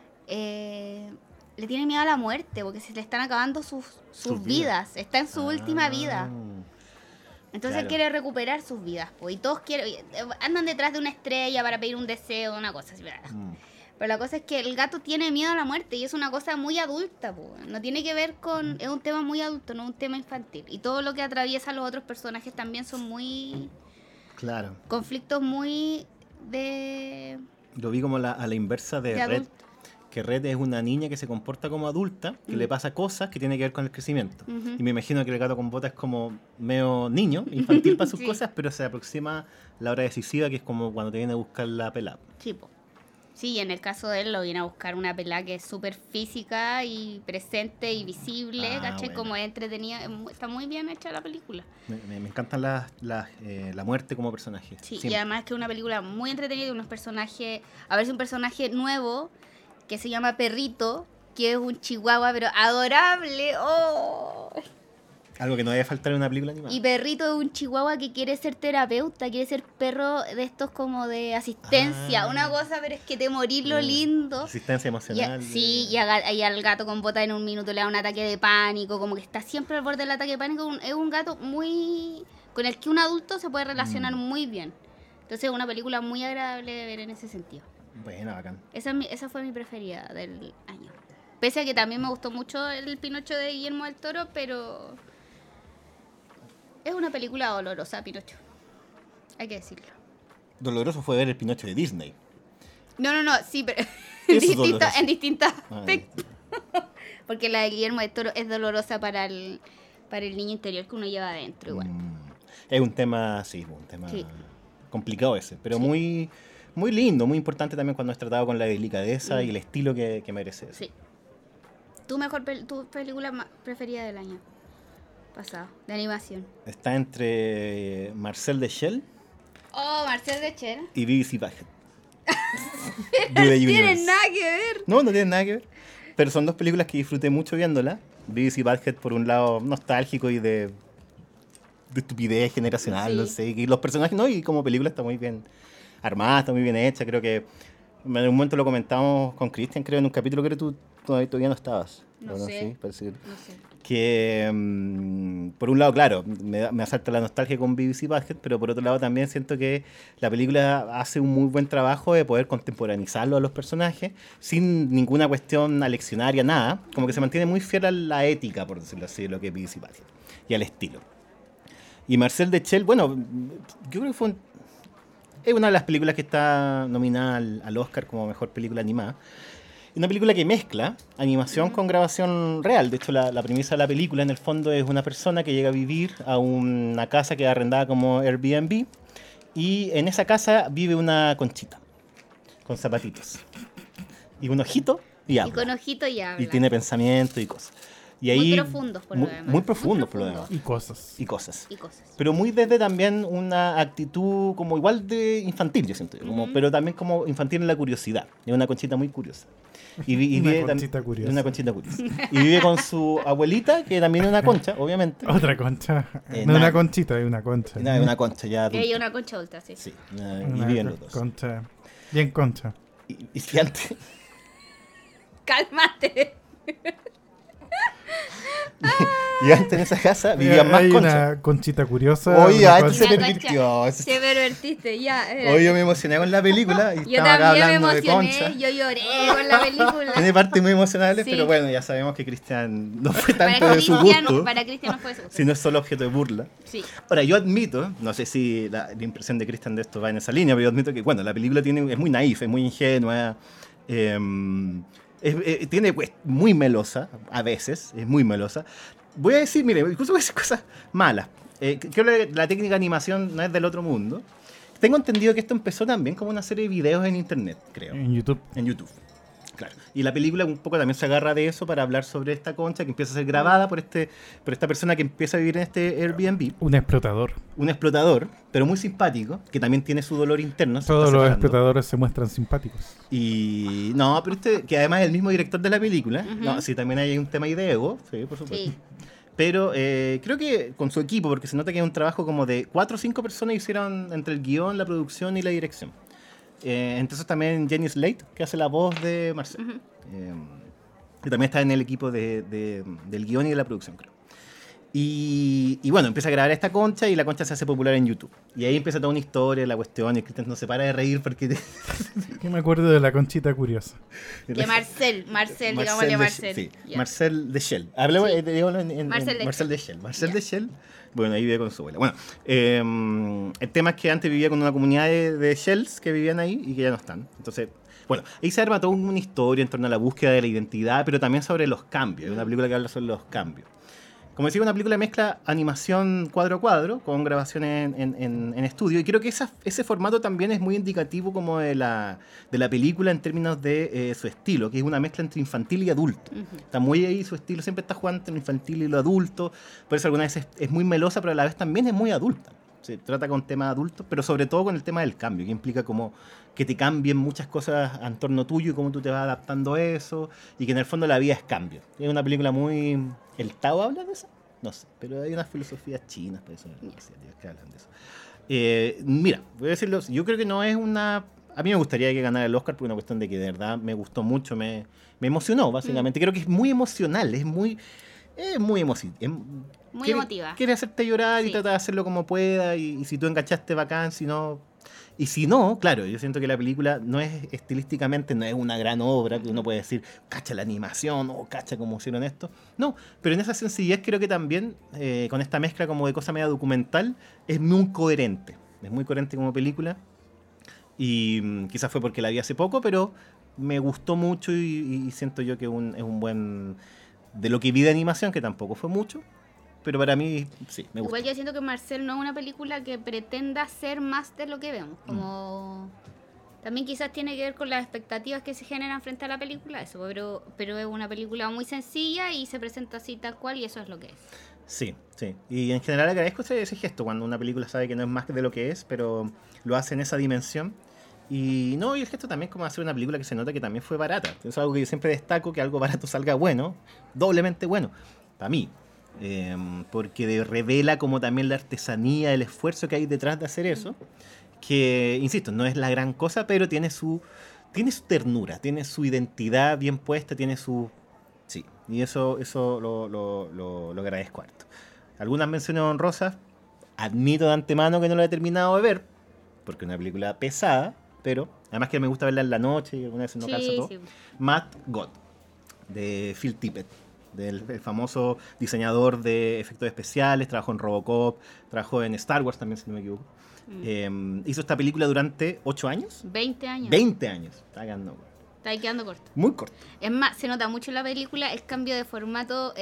le tiene miedo a la muerte, porque se le están acabando sus vidas. Está en su última vida. Entonces Claro. quiere recuperar sus vidas, po, y todos andan detrás de una estrella para pedir un deseo, una cosa así. Pero la cosa es que el gato tiene miedo a la muerte y es una cosa muy adulta, po. No tiene que ver con... Es un tema muy adulto, no un tema infantil. Y todo lo que atraviesa a los otros personajes también son muy... Claro. Conflictos muy de... Lo vi como a la inversa de Red. adulto. Que Red es una niña que se comporta como adulta, que le pasa cosas que tienen que ver con el crecimiento. Ujú. Y me imagino que el gato con botas es como medio niño, infantil para sus Sí. cosas, pero se aproxima la hora decisiva, que es como cuando te viene a buscar la pelada. Sí, po. Sí, en el caso de él lo viene a buscar una pelada que es súper física y presente y visible, ¿cachai? Bueno. Como es entretenida, está muy bien hecha la película. Me encantan la muerte como personaje. Sí, y Siempre. además que es una película muy entretenida de unos personajes, a ver si un personaje nuevo que se llama Perrito, que es un chihuahua pero adorable. ¡Oh! Algo que no debe faltar en una película animada. Y Perrito es un chihuahua que quiere ser terapeuta, quiere ser perro de estos como de asistencia, Ah. una cosa, pero es que te morís lo lindo. Asistencia emocional. Sí, y al gato con bota en un minuto le da un ataque de pánico, como que está siempre al borde del ataque de pánico. Es un gato muy... con el que un adulto se puede relacionar muy bien. Entonces es una película muy agradable de ver en ese sentido. Bueno, bacán. Esa fue mi preferida del año. Pese a que también me gustó mucho el Pinocho de Guillermo del Toro, pero... es una película dolorosa, Pinocho. Hay que decirlo. Doloroso fue ver el Pinocho de Disney. No, sí, pero Eso es doloroso. en distintos Ah, aspectos. Porque la de Guillermo del Toro es dolorosa para el niño interior que uno lleva adentro igual. Es un tema, sí, un tema Sí. complicado ese, pero Sí. muy, muy lindo, muy importante también cuando es tratado con la delicadeza y el estilo que merece eso. Sí. Tu película preferida del año pasado, de animación? Está entre Marcel the Shell Oh, Marcel de Cher. y BBC Bucket. No tienen nada que ver. No tienen nada que ver. Pero son dos películas que disfruté mucho viéndolas. BBC Bucket por un lado nostálgico y de estupidez generacional, Sí. no sé. Y los personajes, no, y como película está muy bien armada, está muy bien hecha. Creo que en un momento lo comentamos con Cristian, creo, en un capítulo que tú todavía no estabas. No ¿O sé. Sí, parece que... No sé. Que por un lado, claro, me asalta la nostalgia con BBC Bucket, pero por otro lado también siento que la película hace un muy buen trabajo de poder contemporaneizarlo a los personajes sin ninguna cuestión aleccionaria, nada. Como que se mantiene muy fiel a la ética, por decirlo así, de lo que es BBC Bucket y al estilo. Y Marcel the Shell, bueno, yo creo que es una de las películas que está nominada al Oscar como mejor película animada. Una película que mezcla animación con grabación real. De hecho, la premisa de la película, en el fondo, es una persona que llega a vivir a una casa que es arrendada como Airbnb. Y en esa casa vive una conchita, con zapatitos. Y un ojito y Y habla. con ojito y habla. Y tiene pensamiento y cosas. Y ahí, muy profundos, por lo demás. muy profundos, por lo demás. Y cosas. Y cosas. Y cosas. Pero muy desde también una actitud como igual de infantil, yo siento. Como, pero también como infantil en la curiosidad. Es una conchita muy curiosa. Y Una vive conchita curiosa. Una conchita curiosa. Y vive con su abuelita, que también es una concha, obviamente. Otra concha. No nada. una conchita, es una concha. Y nada, es una concha ya adulta. Ella una concha adulta, sí. Sí, y Una viven los dos. concha. Bien concha. Y si antes, ¡Cálmate! y antes en esa casa vivían más Hay conchas. una conchita curiosa. Oye, una antes concha- se Una pervirtió. Te pervertiste, ya. Hoy yo me emocioné con la película y Yo estaba acá también me hablando de emocioné, concha. yo lloré con la película. Tiene partes muy emocionales, Sí. pero bueno, ya sabemos que Cristian no fue Para tanto de su Cristian, gusto, para Cristian no fue de su gusto. sino es solo objeto de burla. Sí. Ahora, yo admito, no sé si la impresión de Cristian de esto va en esa línea, pero yo admito que, bueno, la película es muy naif, es muy ingenua, tiene pues muy melosa, a veces, es muy melosa. Voy a decir, mire, incluso voy a decir cosas malas. Creo que la técnica de animación no es del otro mundo. Tengo entendido que esto empezó también como una serie de videos en internet, creo. En YouTube. En YouTube. Claro. Y la película un poco también se agarra de eso para hablar sobre esta concha que empieza a ser grabada por esta persona que empieza a vivir en este Airbnb. Un explotador. Un explotador, pero muy simpático, que también tiene su dolor interno. se Todos está los separando. explotadores se muestran simpáticos. Y no, pero que además es el mismo director de la película. No, sí, también hay un tema ahí de ego, sí, por supuesto. Sí. Pero creo que con su equipo, porque se nota que es un trabajo como de 4 o 5 personas hicieron entre el guión, la producción y la dirección. Entonces también Jenny Slate, que hace la voz de Marcel. Que también está en el equipo del guión y de la producción, creo. Y bueno, empieza a grabar esta concha y la concha se hace popular en YouTube. Y ahí empieza toda una historia, la cuestión, y Cristian no se para de reír porque... Yo me acuerdo de la conchita curiosa. De Marcel, digámosle Marcel. Sí, Ya. Marcel de Shell. Hablemos, Sí. digámoslo en Marcel de Shell. Marcel Ya. de Shell. Bueno, ahí vive con su abuela. Bueno, el tema es que antes vivía con una comunidad de Shells que vivían ahí y que ya no están. Entonces, bueno, ahí se arma toda una historia en torno a la búsqueda de la identidad, pero también sobre los cambios. Es una película que habla sobre los cambios. Como decía, una película mezcla animación cuadro a cuadro con grabaciones en estudio. Y creo que ese formato también es muy indicativo como de la película en términos de su estilo, que es una mezcla entre infantil y adulto. Está muy ahí su estilo, siempre está jugando entre lo infantil y lo adulto. Por eso algunas veces es muy melosa, pero a la vez también es muy adulta. Se trata con temas adultos, pero sobre todo con el tema del cambio, que implica como que te cambien muchas cosas en torno tuyo y cómo tú te vas adaptando a eso, y que en el fondo la vida es cambio. Es una película muy... ¿El Tao habla de eso? No sé, pero hay unas filosofías chinas para eso, que hablan de eso. Mira, voy a decirlo, yo creo que no es una... A mí me gustaría que ganara el Oscar por una cuestión de que de verdad me gustó mucho, me emocionó, básicamente. Creo que es muy emocional, es muy emotiva. Muy emotiva. Quiere hacerte llorar y Sí. trata de hacerlo como pueda, y si tú enganchaste, bacán, si no... Y si no, claro, yo siento que la película no es estilísticamente, no es una gran obra que uno puede decir, cacha la animación o cacha cómo hicieron esto. No, pero en esa sencillez creo que también, con esta mezcla como de cosa media documental, es muy coherente. Es muy coherente como película. Y quizás fue porque la vi hace poco, pero me gustó mucho y siento yo que es un buen... De lo que vi de animación, que tampoco fue mucho, pero para mí sí, me gustó. Igual yo siento que Marcel no es una película que pretenda ser más de lo que vemos. Como también quizás tiene que ver con las expectativas que se generan frente a la película, eso, pero es una película muy sencilla y se presenta así tal cual y eso es lo que es. Sí, sí. Y en general agradezco ese gesto cuando una película sabe que no es más de lo que es, pero lo hace en esa dimensión. Y no, y el gesto también como hacer una película que se nota que también fue barata. Es algo que yo siempre destaco, que algo barato salga bueno, doblemente bueno, para mí. Porque revela como también la artesanía, el esfuerzo que hay detrás de hacer eso, que, insisto, no es la gran cosa, pero tiene su ternura, tiene su identidad bien puesta, tiene su... Sí, y eso lo agradezco harto. Algunas menciones honrosas, admito de antemano que no la he terminado de ver, porque es una película pesada, pero además que me gusta verla en la noche y alguna vez no calza todo. Sí. Mad God, de Phil Tippett, el famoso diseñador de efectos especiales, trabajó en Robocop, trabajó en Star Wars también, si no me equivoco. Hizo esta película durante 8 años. 20 años. 20 años. Está ganando. Está ahí quedando corto. Muy corto. Es más, se nota mucho en la película el cambio de formato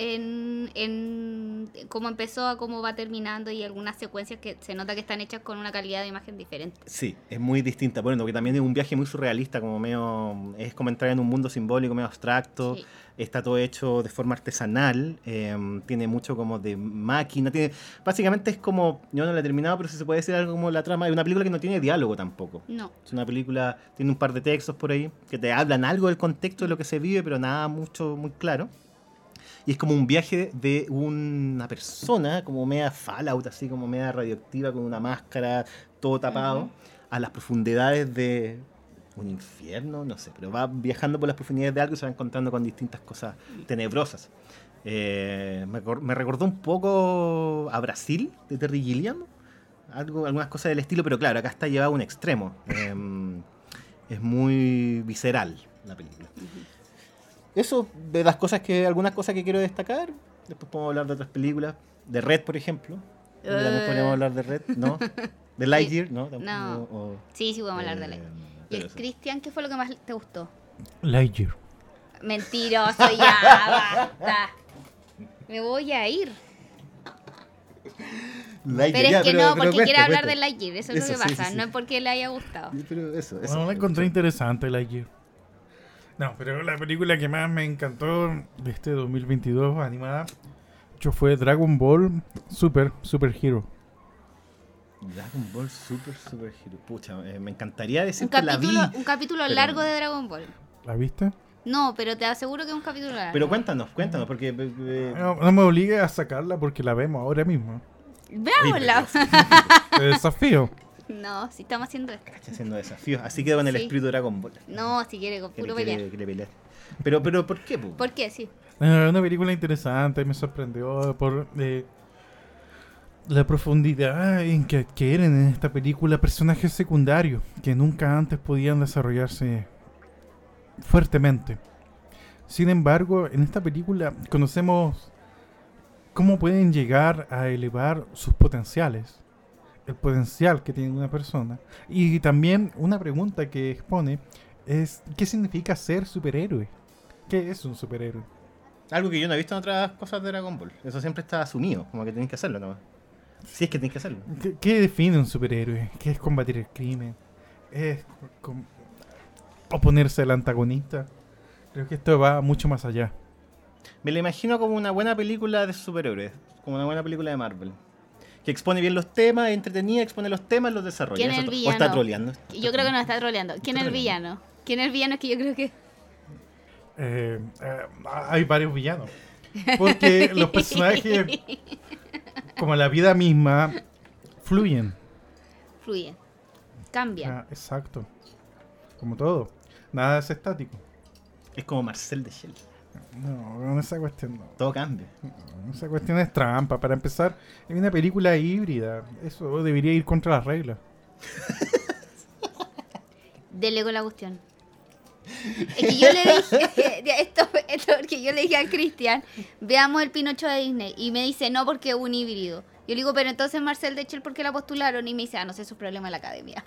en cómo empezó a cómo va terminando y algunas secuencias que se nota que están hechas con una calidad de imagen diferente. Sí, es muy distinta. Bueno, que también es un viaje muy surrealista, como medio... Es como entrar en un mundo simbólico, medio abstracto. Sí. está todo hecho de forma artesanal, tiene mucho como de máquina, básicamente es como, yo no la he terminado, pero si se puede decir algo como la trama de una película que no tiene diálogo tampoco. No. Es una película, tiene un par de textos por ahí que te hablan algo del contexto de lo que se vive, pero nada mucho, muy claro. Y es como un viaje de una persona, como media Fallout, así como media radioactiva, con una máscara, todo tapado, a las profundidades de un infierno, no sé, pero va viajando por las profundidades de algo y se va encontrando con distintas cosas tenebrosas. Me recordó un poco a Brasil, de Terry Gilliam, algunas cosas del estilo, pero claro, acá está llevado a un extremo. Es muy visceral la película. Eso de las cosas algunas cosas que quiero destacar. Después podemos hablar de otras películas. De Red, por ejemplo. También podríamos hablar de Red, ¿no? De Lightyear, ¿no? No. Sí, podemos hablar de Lightyear. ¿Y el Cristian, qué fue lo que más te gustó? Lightyear. Mentiroso, ya, basta. Me voy a ir. Lightyear, pero es que no, porque quiere hablar cuente. de Lightyear, eso es lo que pasa, no es porque le haya gustado. Pero eso. Bueno, la encontré interesante, Lightyear. No, pero la película que más me encantó de este 2022 animada fue Dragon Ball Super Hero. Dragon Ball Super Hero. Pucha, me encantaría decir un capítulo pero largo de Dragon Ball. ¿La viste? No, pero te aseguro que es un capítulo largo. Pero cuéntanos, porque... No me obligues a sacarla porque la vemos ahora mismo. Veámosla. Te desafío. No, si estamos haciendo esto. Está haciendo desafíos. Así quedó con el espíritu de Dragon Ball. No, si quiere, con puro pelear. Quiere pelear. Pero, ¿por qué? Po? ¿Por qué? Sí. Una película interesante, me sorprendió por la profundidad en que adquieren en esta película personajes secundarios que nunca antes podían desarrollarse fuertemente. Sin embargo, en esta película conocemos cómo pueden llegar a elevar sus potenciales, el potencial que tiene una persona. Y también una pregunta que expone es: ¿qué significa ser superhéroe? ¿Qué es un superhéroe? Algo que yo no he visto en otras cosas de Dragon Ball. Eso siempre está asumido, como que tenés que hacerlo, ¿no? Si es que tenés que hacerlo. ¿Qué define un superhéroe? ¿Qué es combatir el crimen? ¿Es oponerse al antagonista? Creo que esto va mucho más allá. Me lo imagino como una buena película de superhéroes, como una buena película de Marvel. Que expone bien los temas, es entretenida, expone los temas, los desarrolla. ¿Quién es el villano? ¿O está troleando? Yo creo que no está troleando. ¿Quién es el villano? ¿Quién es el villano? Es que yo creo que... Hay varios villanos. Porque los personajes, como la vida misma, fluyen. Fluyen. Cambian. Exacto. Como todo. Nada es estático. Es como Marcel de Shell. No, esa cuestión no. Todo cambia. Esa cuestión es trampa. Para empezar, es una película híbrida. Eso debería ir contra las reglas. Dele con la cuestión. Es que yo le dije esto porque yo le dije a Cristian, veamos el Pinocho de Disney, y me dice no, porque es un híbrido. Yo le digo, pero entonces Marcel de Shell, ¿por qué la postularon? Y me dice, no sé, es un problema de la academia.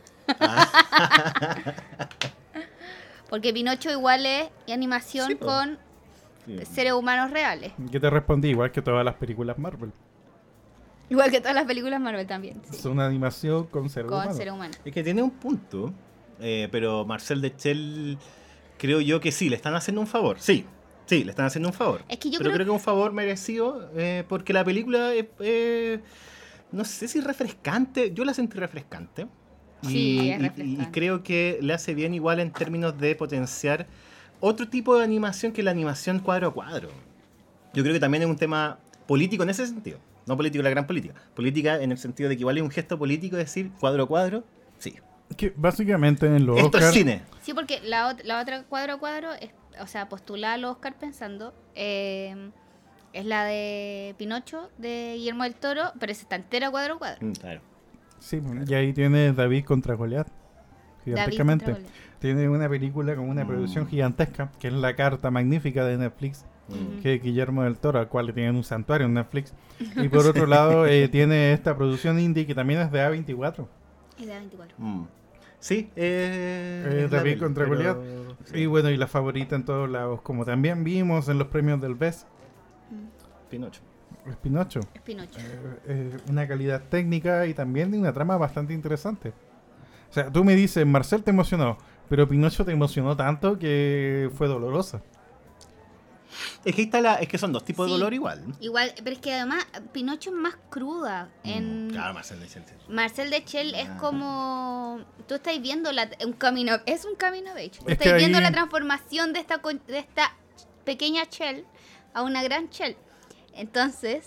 Porque Pinocho igual es animación Sí, con seres humanos reales. ¿Qué te respondí? Igual que todas las películas Marvel. Igual que todas las películas Marvel también. Sí. Es una animación con seres Con humanos. seres humanos. Es que tiene un punto, pero Marcel de Shell, creo yo que sí, le están haciendo un favor. Sí, le están haciendo un favor. Es que yo pero creo creo que es un favor merecido, porque la película no sé si refrescante, yo la sentí refrescante. Sí, es y refrescante. creo que le hace bien igual en términos de potenciar otro tipo de animación que la animación cuadro a cuadro. Yo creo que también es un tema político en ese sentido. No político, la gran política. Política en el sentido de que igual es un gesto político decir cuadro a cuadro, sí. Que básicamente en los Esto Oscar, es cine. Sí, porque la otra cuadro a cuadro, o sea, postulada al Oscar pensando, es la de Pinocho, de Guillermo del Toro, pero esa está entera cuadro a cuadro. Claro. sí, y ahí tiene David contra Goliat. Gigantescamente. David contra Tiene una película con una producción gigantesca, que es La Carta Magnífica de Netflix, que es Guillermo del Toro, al cual le tienen un santuario en Netflix. Y por otro lado, tiene esta producción indie que también es de A24. Es de 24. Sí, es la David peli, contra pero- Goliat. sí. Y bueno, y la favorita en todos lados, como también vimos en los premios del BES, Pinocho. es Pinocho. Es Pinocho. Una calidad técnica y también de una trama bastante interesante. O sea, tú me dices, Marcel te emocionó, pero Pinocho te emocionó tanto que fue dolorosa. Es que es que son dos tipos de Sí. dolor igual. Igual, pero es que además Pinocho es más cruda. Claro, Marcel Deschel. Marcel Deschel es Ah. como... Tú estás viendo un camino... Es un camino de hecho. Es que Estás viendo ahí- la transformación de esta pequeña Shell a una gran Shell. Entonces,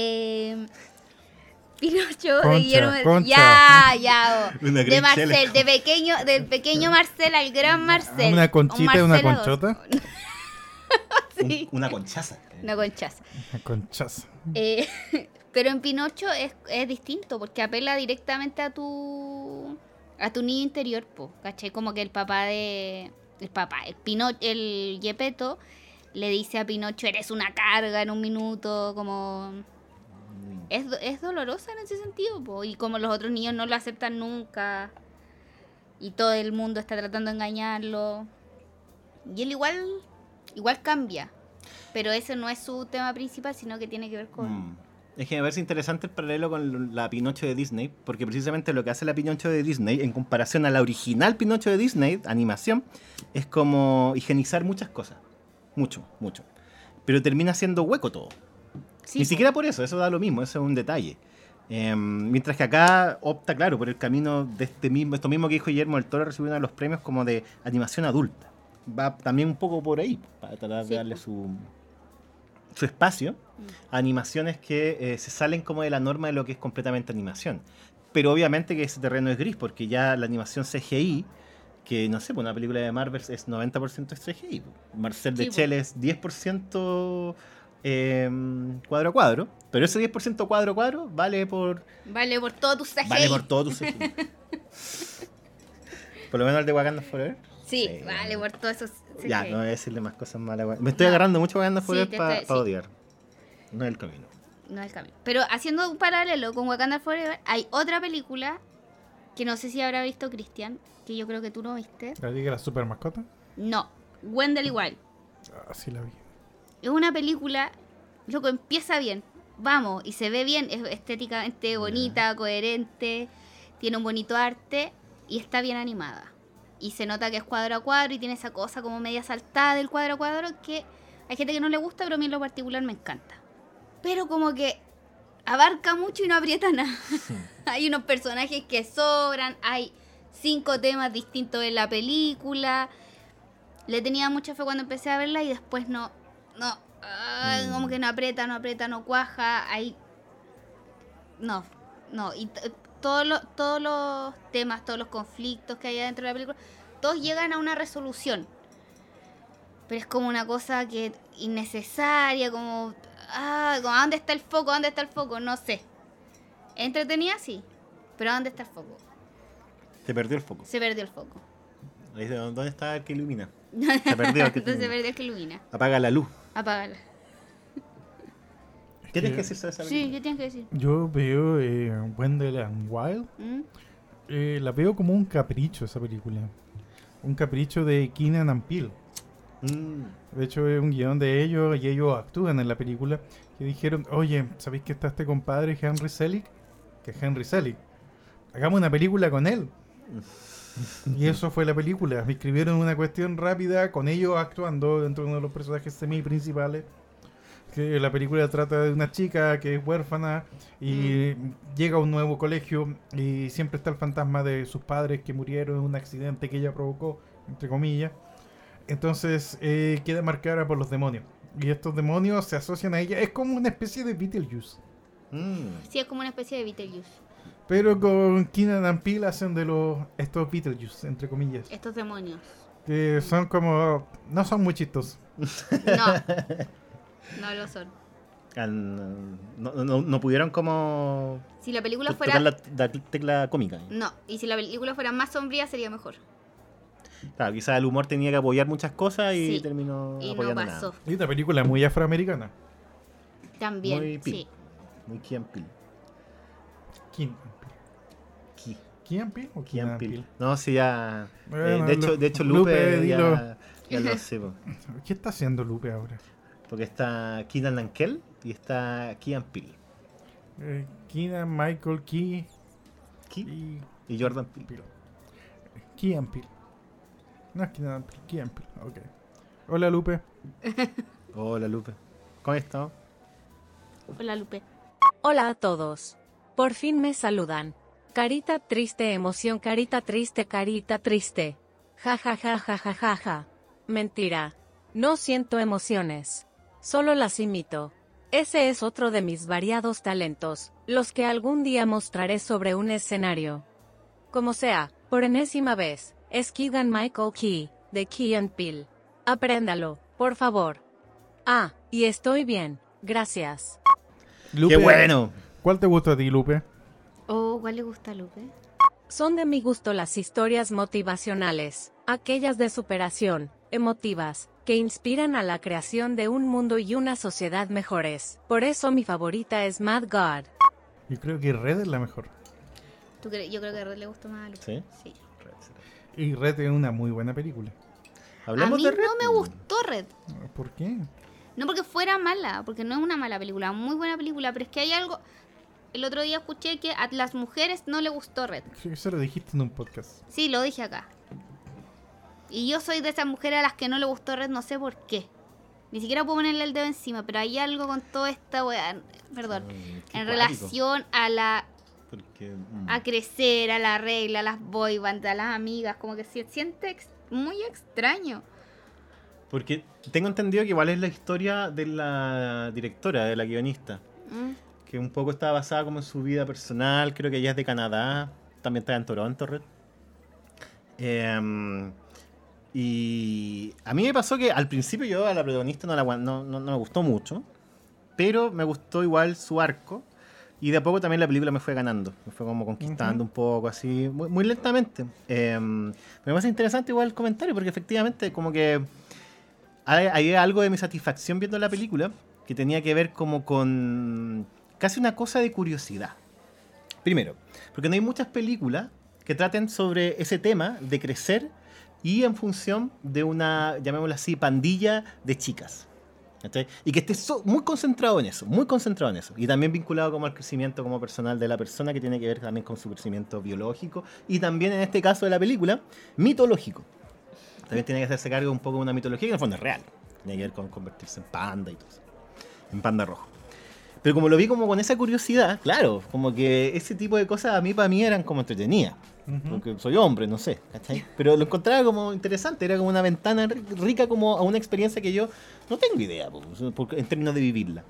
Pinocho Concha, de Guillermo... concha. Ya. Una De gran Marcel, Shell. del pequeño Marcel al gran Marcel. ¿Una conchita y Un una Marcelo conchota? Sí. Una conchaza. Una conchaza. Una conchaza. Pero en Pinocho es distinto porque apela directamente a tu niño interior, po, ¿cachai? Como que el Gepetto le dice a Pinocho, eres una carga en un minuto, como... Es dolorosa en ese sentido, po, y como los otros niños no lo aceptan nunca y todo el mundo está tratando de engañarlo. Y él igual cambia, pero ese no es su tema principal, sino que tiene que ver con... Es que me parece interesante el paralelo con la Pinocho de Disney, porque precisamente lo que hace la Pinocho de Disney, en comparación a la original Pinocho de Disney, animación, es como higienizar muchas cosas. Mucho. Pero termina siendo hueco todo. Sí, Ni po. siquiera por eso, eso da lo mismo, eso es un detalle. Mientras que acá opta, claro, por el camino de esto mismo que dijo Guillermo del Toro, recibió uno de los premios como de animación adulta. Va también un poco por ahí, para tratar Sí, de darle po. su espacio a animaciones que se salen como de la norma de lo que es completamente animación. Pero obviamente que ese terreno es gris, porque ya la animación CGI, que no sé, pues una película de Marvel es 90% CGI. Marcel Sí, Deschel es 10% cuadro a cuadro, pero ese 10% cuadro a cuadro vale por todo tu CGI. vale por todo tu CGI. Por lo menos el de Wakanda Forever. Sí, Sí. vale por todo eso. Ya, CGI. no voy a decirle más cosas malas. Me estoy No. agarrando mucho Wakanda Forever te para estoy- sí. odiar. No es el camino. No es el camino. Pero haciendo un paralelo con Wakanda Forever, hay otra película que no sé si habrá visto Cristian, que yo creo que tú no viste. ¿La liga de la super mascota? No, Wendell Wild. Ah, sí la vi. Es una película, loco, empieza bien, vamos, y se ve bien, es estéticamente bonita, coherente, tiene un bonito arte y está bien animada. Y se nota que es cuadro a cuadro y tiene esa cosa como media saltada del cuadro a cuadro que hay gente que no le gusta, pero a mí en lo particular me encanta. Pero como que abarca mucho y no aprieta nada. Hay unos personajes que sobran, hay 5 temas distintos en la película. Le tenía mucha fe cuando empecé a verla y después no, como que no aprieta, no cuaja, ahí no, y todos los temas, todos los conflictos que hay dentro de la película, todos llegan a una resolución. Pero es como una cosa que innecesaria, como como ¿dónde está el foco? ¿Dónde está el foco? No sé. Entretenida sí, pero ¿dónde está el foco? Se perdió el foco. Se perdió el foco. Ahí es ¿dónde está el que ilumina? Se perdió el que Entonces se ilumina. perdió el que ilumina. Apaga la luz. Apágala. ¿Qué tienes que decir sobre esa Sí, película? ¿qué tienes que decir? Yo veo Wendell and Wild. ¿Mm? La veo como un capricho esa película. Un capricho de Keenan and Peele. De hecho es un guión de ellos y ellos actúan en la película. Que dijeron, oye, ¿sabéis que está este compadre Henry Selick? Que es Henry Selick. Hagamos una película con él. Y eso fue la película. Me escribieron una cuestión rápida con ellos actuando dentro de uno de los personajes semi-principales. Que la película trata de una chica que es huérfana y llega a un nuevo colegio y siempre está el fantasma de sus padres que murieron en un accidente que ella provocó, entre comillas. Entonces queda marcada por los demonios. Y estos demonios se asocian a ella. Es como una especie de Beetlejuice. Sí, es como una especie de Beetlejuice. Pero con Keenan and Peele hacen de estos Beetlejuice, entre comillas. Estos demonios. Que son como... No son muy chistosos. No. No lo son. No pudieron como Si la película tocar fuera... la tecla cómica. No, y si la película fuera más sombría sería mejor. Claro, quizás el humor tenía que apoyar muchas cosas y Sí, terminó y no apoyando pasó. nada. Y una película muy afroamericana. También, Muy Peele. sí. Muy Key and Peele. Key and Peele o Key Keenan and and Peele. Peele? No, sí, ya. Bueno, de hecho, Lupe dilo. ya lo sé, po. ¿Qué está haciendo Lupe ahora? Porque está Keenan and Kel y está Key and Peele. Keenan, Michael, Key y y Jordan Peele. Peele. Key and Peele. No es Keenan and Peele, Key and Peele. Ok. Hola Lupe. Hola, Lupe. ¿Cómo estás? Hola, Lupe. Hola a todos. Por fin me saludan. Carita triste, emoción, carita triste, carita triste. Ja ja ja ja ja ja ja. Mentira. No siento emociones. Solo las imito. Ese es otro de mis variados talentos, los que algún día mostraré sobre un escenario. Como sea, por enésima vez, es Keegan Michael Key, de Key and Peele. Apréndalo, por favor. Ah, y estoy bien, gracias. Lupe, ¡Qué bueno! ¿Cuál te gusta a ti, Lupe? Oh, ¿cuál le gusta a Lupe? Son de mi gusto las historias motivacionales, aquellas de superación, emotivas, que inspiran a la creación de un mundo y una sociedad mejores. Por eso mi favorita es Mad God. Yo creo que Red es la mejor. Yo creo que a Red le gustó más a Lupe. ¿Sí? Sí. Y Red es una muy buena película. A Hablemos mí de Red. no me gustó Red. ¿Por qué? No porque fuera mala, porque no es una mala película, muy buena película, pero es que hay algo... El otro día escuché que a las mujeres no le gustó Red. Creo que eso lo dijiste en un podcast. Sí, lo dije acá. Y yo soy de esas mujeres a las que no le gustó Red, no sé por qué. Ni siquiera puedo ponerle el dedo encima, pero hay algo con toda esta weá, perdón, Qué en cuático. relación a la Porque, a crecer, a la regla, a las boy bands, a las amigas, como que se siente muy extraño. porque tengo entendido que igual es la historia de la directora, de la guionista. Mm. Que un poco está basada como en su vida personal. Creo que ella es de Canadá. También está en Toronto, Red. Y a mí me pasó que al principio yo a la protagonista no me gustó mucho. Pero me gustó igual su arco. Y de a poco también la película me fue ganando. Me fue como conquistando un poco, así, muy lentamente. Me parece interesante igual el comentario, porque efectivamente como que hay algo de mi satisfacción viendo la película que tenía que ver como con casi una cosa de curiosidad. Primero, porque no hay muchas películas que traten sobre ese tema de crecer y en función de una, llamémoslo así, pandilla de chicas. ¿Cachai? Y que esté muy concentrado en eso, muy concentrado en eso. Y también vinculado como al crecimiento como personal de la persona, que tiene que ver también con su crecimiento biológico y también en este caso de la película, mitológico. También tiene que hacerse cargo un poco de una mitología que en el fondo es real. Tiene que ver con convertirse en panda y todo eso. En panda rojo. Pero como lo vi como con esa curiosidad, claro, como que ese tipo de cosas para mí eran como entretenidas. Porque soy hombre, no sé, ¿cachai? Pero lo encontraba como interesante, era como una ventana rica como a una experiencia que yo no tengo idea, en términos de vivirla.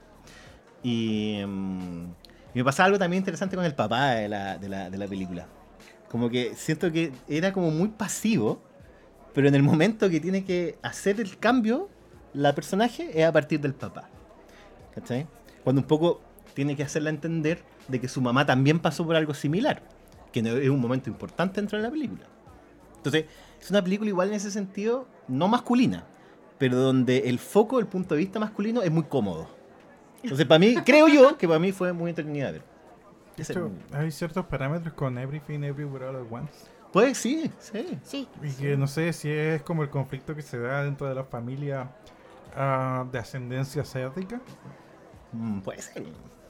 Y me pasaba algo también interesante con el papá de la película. Como que siento que era como muy pasivo, pero en el momento que tiene que hacer el cambio, la personaje es a partir del papá. ¿Cachai? Cuando un poco tiene que hacerla entender de que su mamá también pasó por algo similar, que es un momento importante dentro de la película. Entonces, es una película igual en ese sentido, no masculina, pero donde el foco, el punto de vista masculino es muy cómodo. Entonces, para mí, creo yo que para mí fue muy entretenida de ver. De hecho, hay ciertos parámetros con Everything Everywhere All at Once. Pues sí, sí. Sí. Y que no sé si es como el conflicto que se da dentro de la familia de ascendencia asiática. Puede ser.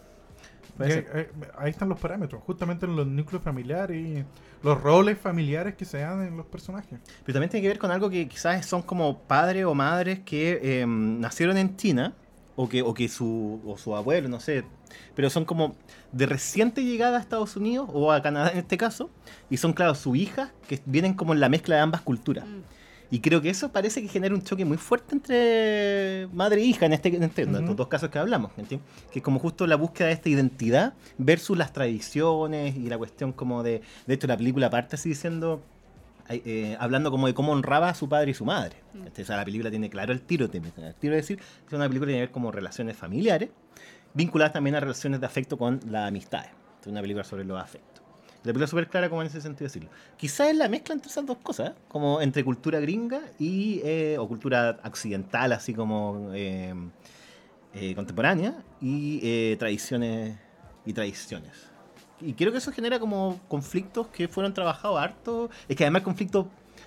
Y ahí están los parámetros, justamente en los núcleos familiares y los roles familiares que se dan en los personajes. Pero también tiene que ver con algo que quizás son como padres o madres que nacieron en China, o que su abuelo, no sé, pero son como de reciente llegada a Estados Unidos o a Canadá en este caso, y son, claro, su hija, que vienen como en la mezcla de ambas culturas. Y creo que eso parece que genera un choque muy fuerte entre madre e hija en estos dos casos que hablamos, ¿entiendes? Que es como justo la búsqueda de esta identidad versus las tradiciones y la cuestión como de hecho la película parte así diciendo, hablando como de cómo honraba a su padre y su madre. O sea, la película tiene claro el tiro de decir que es una película que tiene que ver como relaciones familiares, vinculadas también a relaciones de afecto con las amistades. Es una película sobre los afectos. La película es súper clara como en ese sentido decirlo. Quizás es la mezcla entre esas dos cosas, como entre cultura gringa y o cultura occidental, así como contemporánea, y tradiciones y tradiciones. Y creo que eso genera como conflictos que fueron trabajados harto. Es que además el conflicto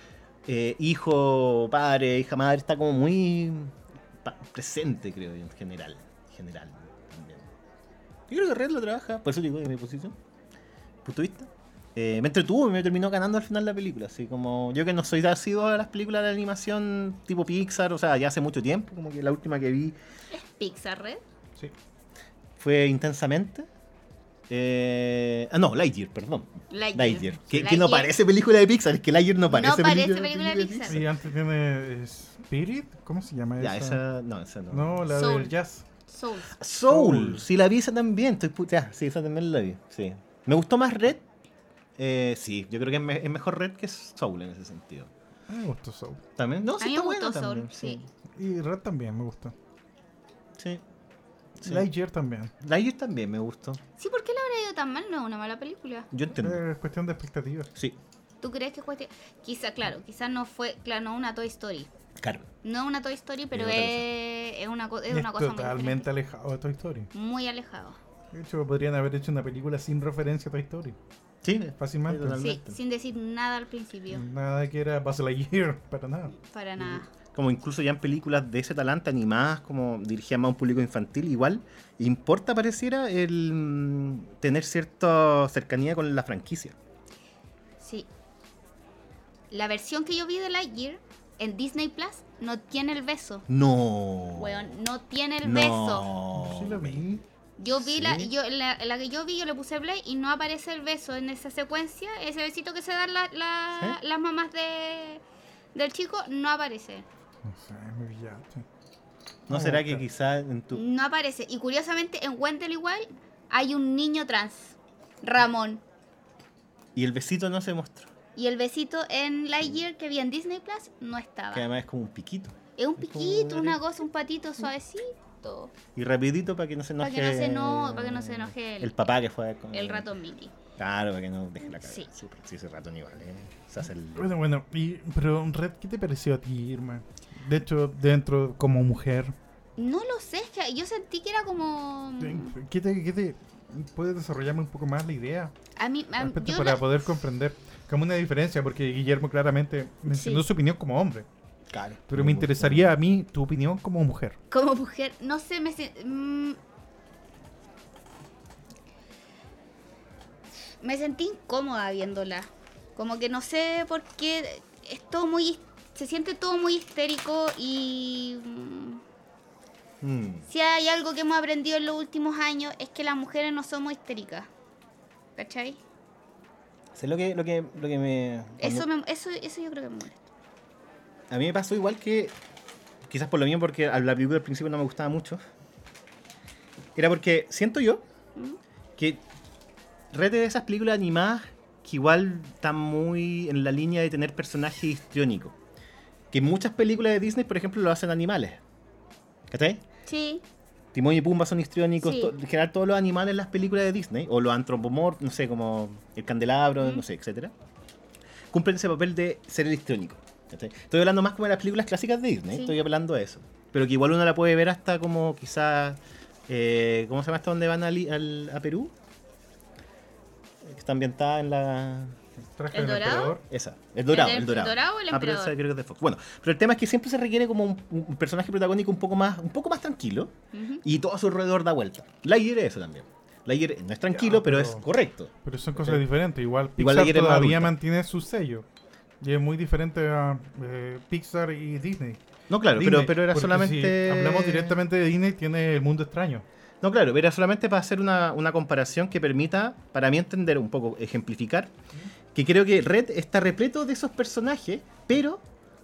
hijo, padre, hija, madre está como muy presente, creo yo, en general también. Yo creo que Red lo trabaja, por eso digo de mi posición. ¿Punto de vista? me entretuvo y me terminó ganando al final la película. Así como yo que no soy asiduo a las películas de animación tipo Pixar, o sea, ya hace mucho tiempo, como que la última que vi Pixar Red. Sí. fue Intensamente. No, Lightyear, perdón. Lightyear. Que no Lightyear. parece película de Pixar, es que Lightyear no parece, No parece película de Pixar. Y antes tiene Spirit, ¿cómo se llama Ya, esa? esa no. No, la Soul. del jazz. Soul. Soul, sí la vi esa también. Ya, sí, esa también la vi. Sí. Me gustó más Red. Sí, yo creo que es mejor Red que Soul en ese sentido. Me gustó Soul. También, no, A sí mí está me gustó buena Soul, también. sí. Y Red también me gustó. Sí. Sí. Lightyear también. Lightyear también me gustó. Sí, ¿por qué le habrá ido tan mal? No es una mala película. Yo entiendo. Es cuestión de expectativas. Sí, ¿Tú crees que es cuestión? Quizás no fue, claro, no una Toy Story. claro. No es una Toy Story, pero otra cosa. es una cosa muy Totalmente diferente. alejado de Toy Story. Muy alejado. De hecho, podrían haber hecho una película sin referencia a Toy Story. Sí, Fácilmente. sí, totalmente. Sí, sin decir nada al principio. Nada que era Buzz Lightyear, para nada. Para nada. Como incluso ya en películas de ese talante animadas, como dirigidas más a un público infantil, igual importa, pareciera, el tener cierta cercanía con la franquicia. Sí. La versión que yo vi de Lightyear en Disney Plus no tiene el beso. No. Weón, no tiene el beso. No. Sí lo vi. Yo vi ¿Sí? la que yo vi, yo le puse play y no aparece el beso en esa secuencia. Ese besito que se dan ¿Sí? las mamás del chico, no aparece. No sé, me pillaste. ¿No será que quizás en tu... No aparece. Y curiosamente en Wendell igual hay un niño trans, Ramón. Y el besito no se mostró? Y el besito en Lightyear que vi en Disney Plus no estaba. Que además es como un piquito. Es un es como piquito, una- una cosa, un patito suavecito. Y rapidito para que no se enoje... Para que no se enoje el papá que fue con... el ratón Mickey. Claro, para que no deje la cara. Sí. Sí, ese ratón igual, se hace el... Bueno, pero Red, ¿qué te pareció a ti, Irma? De hecho, dentro, como mujer, No lo sé, es que yo sentí que era como... ¿qué te puedes desarrollarme un poco más la idea? A mí, Respecto yo para la- poder comprender como una diferencia, porque Guillermo claramente mencionó Sí. su opinión como hombre. Claro. Pero me interesaría a mí tu opinión como mujer. como mujer, no sé, me sentí incómoda viéndola. Como que no sé por qué es todo muy... Se siente todo muy histérico y... Si hay algo que hemos aprendido en los últimos años es que las mujeres no somos histéricas. ¿Cachai? Sé lo que me... Eso yo creo que me molesta. A mí me pasó igual que... Quizás por lo mismo, porque a la película al principio no me gustaba mucho. Era porque siento yo que Red es de esas películas animadas que igual están muy en la línea de tener personajes histriónicos. Que muchas películas de Disney, por ejemplo, lo hacen animales. ¿Cachai? Sí, Timón y Pumba son histriónicos. Sí. En general, todos los animales en las películas de Disney, o los antropomorfos, no sé, como el candelabro, no sé, etcétera, cumplen ese papel de ser el histriónico. ¿Cachai? Estoy hablando más como de las películas clásicas de Disney, Sí. estoy hablando de eso. Pero que igual uno la puede ver hasta como quizás... ¿cómo se llama hasta donde van a Perú? Que está ambientada en la... Traje ¿El del Dorado? emperador. Esa, el dorado, ¿El el dorado. Dorado o el Ah, pero esa Emperador? creo que es de Fox. Bueno, pero el tema es que siempre se requiere como un personaje protagónico un poco más tranquilo Ujú. y todo a su alrededor da vuelta. Lightyear es eso también. Lightyear no es tranquilo, Ya, pero pero- es correcto. Pero son cosas diferentes. Igual Igual Pixar Lightyear es más todavía adulta. mantiene su sello. Y es muy diferente a Pixar y Disney. No, claro, Disney, pero era porque solamente... Si hablamos directamente de Disney, tiene El Mundo Extraño. No, claro, pero era solamente para hacer una comparación que permita, para mí entender un poco, ejemplificar, que creo que Red está repleto de esos personajes, pero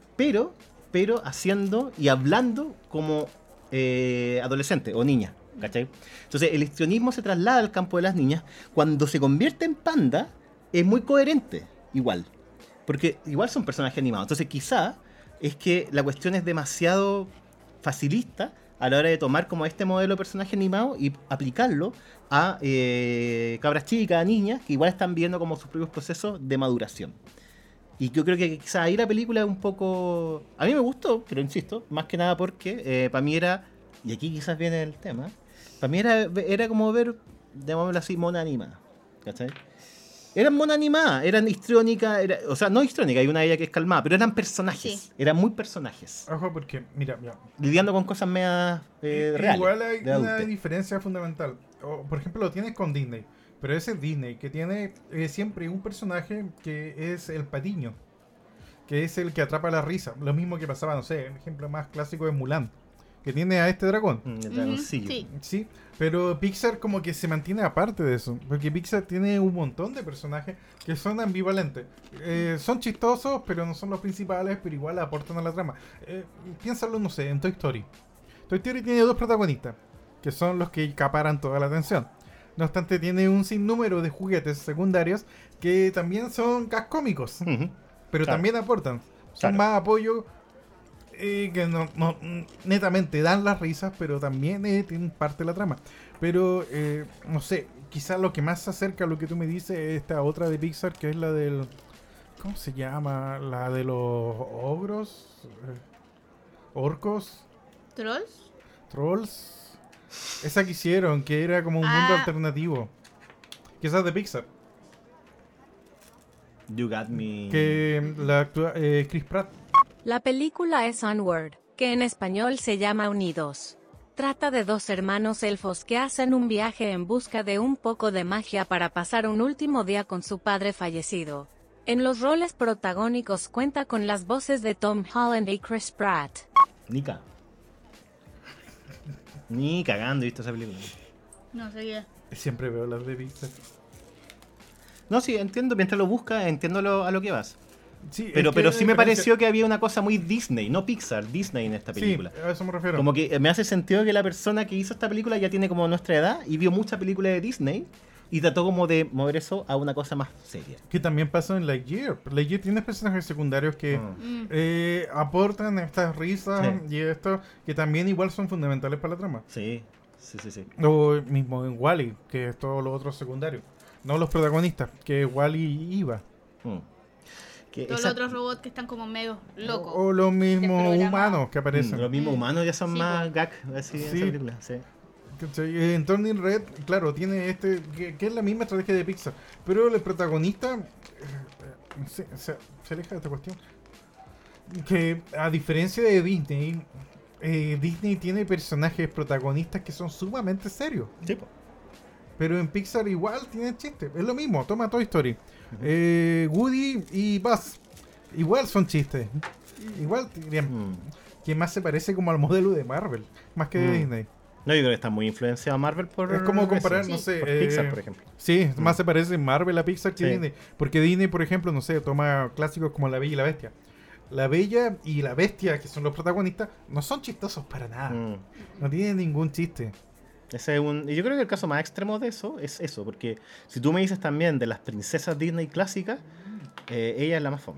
haciendo y hablando como adolescente o niña, ¿cachai? Entonces el histrionismo se traslada al campo de las niñas. Cuando se convierte en panda, es muy coherente, igual. Porque igual son personajes animados. Entonces quizá es que la cuestión es demasiado facilista a la hora de tomar como este modelo de personaje animado y aplicarlo a cabras chicas, a niñas, que igual están viendo como sus propios procesos de maduración. Y yo creo que quizás ahí la película es un poco... A mí me gustó, pero insisto, más que nada porque para mí era... Y aquí quizás viene el tema. Para mí era como ver, llamémoslo así, mona animada. ¿Cachai? Eran mona animada, eran histriónicas, o sea, no histriónica, hay una de ellas que es calmada, pero eran personajes, Sí. eran muy personajes. Ojo, porque, mira, Lidiando con cosas medias reales. igual hay de una adultez. diferencia fundamental. o, por ejemplo, lo tienes con Disney. Pero ese Disney que tiene siempre un personaje que es el patiño. Que es el que atrapa la risa. Lo mismo que pasaba, no sé, el ejemplo más clásico es Mulan. Que tiene a este dragón. El dragoncillo. Sí. Sí, pero Pixar como que se mantiene aparte de eso. Porque Pixar tiene un montón de personajes que son ambivalentes. Son chistosos, pero no son los principales, pero igual aportan a la trama. Piénsalo, no sé, en Toy Story. Toy Story tiene dos protagonistas, que son los que acaparan toda la atención. No obstante, tiene un sinnúmero de juguetes secundarios que también son cómicos, Ujú. pero Claro. también aportan. Son Claro. más apoyo que no netamente dan las risas, pero también tienen parte de la trama. Pero, no sé, quizás lo que más se acerca a lo que tú me dices es esta otra de Pixar, que es la del... ¿Cómo se llama? La de los ogros, orcos, ¿Trolls? trolls. Esa que hicieron, que era como un mundo alternativo. Que esa es de Pixar. You got me. Que la actúa Chris Pratt. La película es Onward, que en español se llama Unidos. Trata de dos hermanos elfos que hacen un viaje en busca de un poco de magia para pasar un último día con su padre fallecido. En los roles protagónicos cuenta con las voces de Tom Holland y Chris Pratt. Nika. Ni cagando he visto esa película. No sé qué. Siempre veo las de Pixar. No, sí, entiendo. Mientras lo buscas, entiendo a lo que vas. Sí, Pero es que sí la me diferencia- pareció que había una cosa muy Disney, no Pixar, Disney en esta película. Sí, a eso me refiero. Como que me hace sentido que la persona que hizo esta película ya tiene como nuestra edad y vio muchas películas de Disney y trató como de mover eso a una cosa más seria. Que también pasa en Lightyear. Lightyear tiene personajes secundarios que aportan estas risas Sí. y esto, que también igual son fundamentales para la trama. Sí, sí, sí. O mismo en Wall-E, que es todos los otros secundarios. No los protagonistas, que Wall-E iba. Mm. Que Todos esa- los otros robots que están como medio locos. O los mismos programa. humanos que aparecen. Los mismos humanos ya son Sí, más po. gag así en Sí. esa película. Sí. ¿Cachai? En Turning Red, claro, tiene que es la misma estrategia de Pixar. Pero el protagonista se aleja de esta cuestión. Que a diferencia de Disney, Disney tiene personajes protagonistas que son sumamente serios. Sí, po. Pero en Pixar igual tienen chistes. Es lo mismo, toma Toy Story. Woody y Buzz igual son chistes. Igual dirían Mm. que más se parece como al modelo de Marvel, más que de Mm. Disney. No, yo creo que está muy influenciado Marvel por... Es como comparar, eso. no sé, Por Pixar, por ejemplo. Sí, más se parece Marvel a Pixar que Sí. Disney. Porque Disney, por ejemplo, no sé, toma clásicos como La Bella y la Bestia. La Bella y la Bestia, que son los protagonistas, no son chistosos para nada. Mm. No tienen ningún chiste. Ese es y yo creo que el caso más extremo de eso es eso, porque si tú me dices también de las princesas Disney clásicas, ella es la más fome.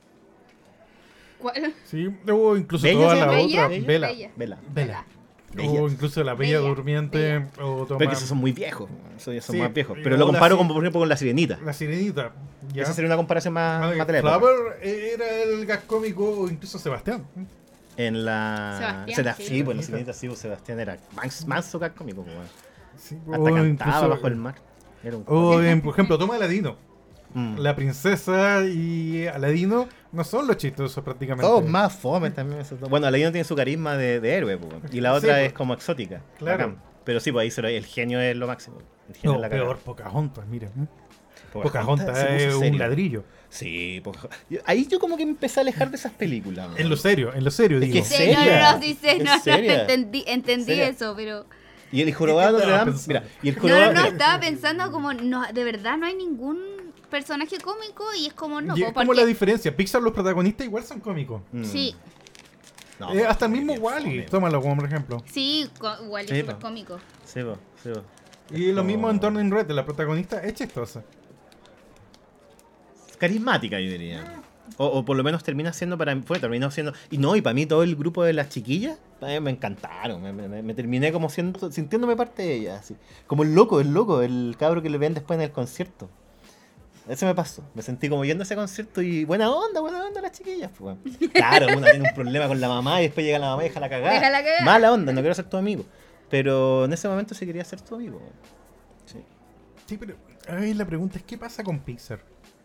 ¿Cuál? Sí, o incluso ¿Bella toda se la llama? otra. ¿Bella? Bella. Bella. Vela. Bella. Bella. O incluso la Bella, Bella. Durmiente. Bella. O toma Pero que esos son muy viejos, esos ya son Sí, más viejos. y Pero lo ahora comparo sí. con, por ejemplo, con la Sirenita. la Sirenita. ¿Ya? Esa sería una comparación más de la época. Flower era el gas cómico, o incluso Sebastián. En la... Sebastián, sí, sí. pues en la Sirenita sí, pues Sebastián era manso gag cómico, pues, bueno. Sí, Hasta o cantaba incluso- bajo el mar. Era un... O por ejemplo, toma Aladino. Mm. La princesa y Aladino no son los chistosos prácticamente. Todos más fome también. Esos dos. Bueno, Aladino tiene su carisma de héroe, pues, y la Sí, otra pues. es como exótica. Claro. Bacán. Pero sí, pues ahí el genio es lo máximo. El genio No, es la cagada. peor, Pocahontas, mira. Pocahontas Pocahontas se puso es un serio. ladrillo. Sí, ahí yo como que me empecé a alejar de esas películas. man. En lo serio Es digo. que Sí, seria. no, sí sé, Es no, seria. entendí Seria. eso, pero... Y el jorobado ¿Qué de estabas Notre Dame, pensando? mira, y el No, jorobado... no, mira, estaba pensando como, no, de verdad no hay ningún personaje cómico y es como, no, Y es po, como porque- la diferencia. Pixar, los protagonistas igual son cómicos. mm, Sí, no, pues, Hasta el mismo bien Wally, fome. tómalo como por ejemplo. sí, igual Sí, es súper po. cómico. Sí, po, sí, po. Y Es lo mismo en como- Turning Red, la protagonista es chistosa. Carismática, yo diría. O por lo menos termina siendo terminó siendo... Y para mí todo el grupo de las chiquillas me encantaron. Me terminé como sintiéndome parte de ellas. Así. Como el loco, el cabro que le ven después en el concierto. Eso me pasó. Me sentí como yendo a ese concierto y buena onda las chiquillas. Pues, bueno. Claro, una tiene un problema con la mamá y después llega la mamá y déjala cagar. Déjala cagar. Mala onda, no quiero ser tu amigo. Pero en ese momento sí quería ser tu amigo. Sí. Sí, pero ahí la pregunta es, ¿qué pasa con Pixar?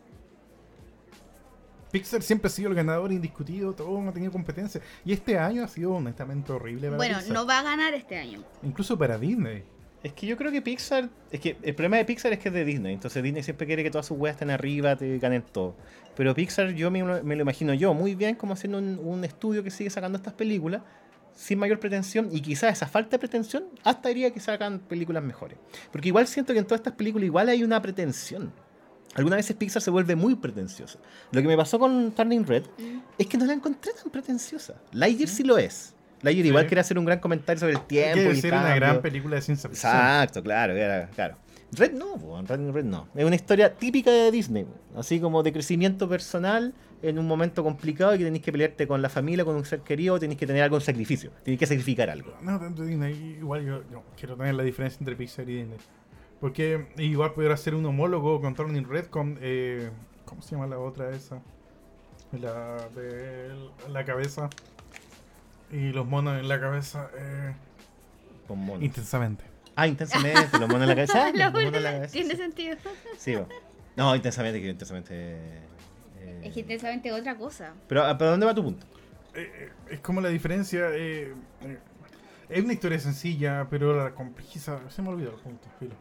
Pixar siempre ha sido el ganador indiscutido, todo no ha tenido competencia. Y este año ha sido honestamente horrible para Bueno, Pixar. no va a ganar este año. Incluso para Disney. Es que yo creo que Pixar... Es que el problema de Pixar es que es de Disney. Entonces Disney siempre quiere que todas sus weas estén arriba, te ganen todo. Pero Pixar yo me lo imagino yo muy bien como haciendo un estudio que sigue sacando estas películas sin mayor pretensión. Y quizás esa falta de pretensión hasta haría que sacan películas mejores. Porque igual siento que en todas estas películas igual hay una pretensión. Algunas veces Pixar se vuelve muy pretenciosa. Lo que me pasó con Turning Red es que no la encontré tan pretenciosa. Lightyear sí lo es. Lightyear igual quiere hacer un gran comentario sobre el tiempo. Quiere y ser una gran película de ciencia ficción. Exacto, claro. Red no, Turning Red no. Es una historia típica de Disney. Así como de crecimiento personal en un momento complicado y que tenéis que pelearte con la familia, con un ser querido, tenéis que tener algo en sacrificio. Tenéis que sacrificar algo. No, tanto Disney. Igual yo quiero tener la diferencia entre Pixar y Disney. Porque igual pudiera hacer un homólogo con Turning Red con... ¿cómo se llama la otra esa? La de la cabeza. Y los monos en la cabeza. Con monos. Intensamente. Intensamente, los monos en la cabeza. Lo Los monos en la bueno, cabeza. tiene Sí. sentido. Sí, no, intensamente. Es que intensamente otra cosa. Pero ¿para dónde va tu punto? Es como la diferencia. Es una historia sencilla, pero la complejiza. Se me olvidó el punto. Filo.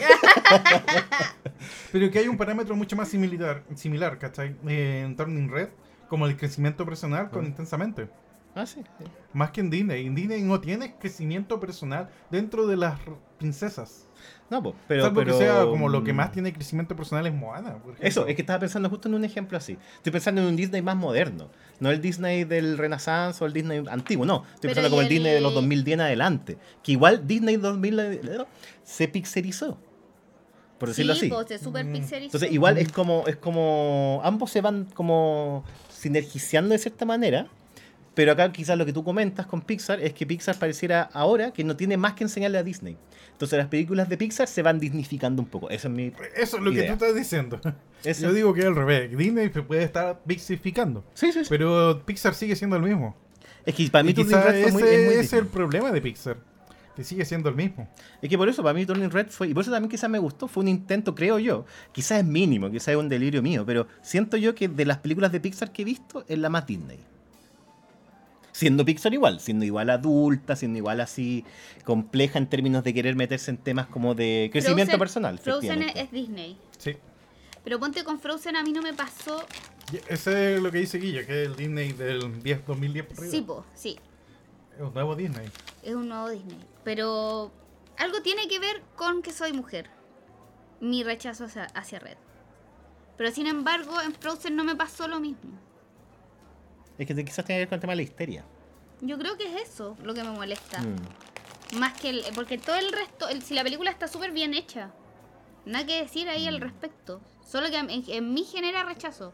Pero que hay un parámetro mucho más similar, ¿cachai? En Turning Red, como el crecimiento personal con Intensamente. Sí. Más que en Disney. En Disney no tiene crecimiento personal dentro de las princesas. No, pues, pero... Salvo que sea como lo que más tiene crecimiento personal es Moana, por ejemplo. Eso, es que estaba pensando justo en un ejemplo así. Estoy pensando en un Disney más moderno. No el Disney del Renaissance o el Disney antiguo, no. Estoy Pero pensando como el y el- Disney de los 2010 en adelante. Que igual Disney 2000 se pixelizó. Por decirlo Sí, así. pues se super pixelizó. Entonces igual es como... Ambos se van como sinergiando de cierta manera. Pero acá quizás lo que tú comentas con Pixar es que Pixar pareciera ahora que no tiene más que enseñarle a Disney. Entonces las películas de Pixar se van disnificando un poco. Eso es mi... Eso es lo que idea. tú estás diciendo. Eso. Yo digo que es al revés. Disney se puede estar pixificando. Sí. Pero Pixar sigue siendo el mismo. Es que para mí Y Turning quizá Red fue muy ese es el distinto. problema de Pixar. Que sigue siendo el mismo. Es que por eso para mí Turning Red fue, y por eso también quizás me gustó, fue un intento, creo yo, quizás es mínimo, quizás es un delirio mío, pero siento yo que de las películas de Pixar que he visto es la más Disney. Siendo Pixar igual, siendo igual adulta, siendo igual así compleja en términos de querer meterse en temas como de crecimiento Frozen- personal. Frozen efectivamente. es Disney. Sí. Pero ponte con Frozen, a mí no me pasó. Y ese es lo que dice Guilla, que es el Disney del 2010 por arriba. Sí, po, sí. Es un nuevo Disney. Es un nuevo Disney. Pero algo tiene que ver con que soy mujer. Mi rechazo hacia Red. Pero sin embargo, en Frozen no me pasó lo mismo. Es que quizás tiene que ver con el tema de la histeria. Yo creo que es eso lo que me molesta. Mm. Más que porque todo el resto, si la película está súper bien hecha, nada que decir ahí al respecto. Solo que en mí genera rechazo.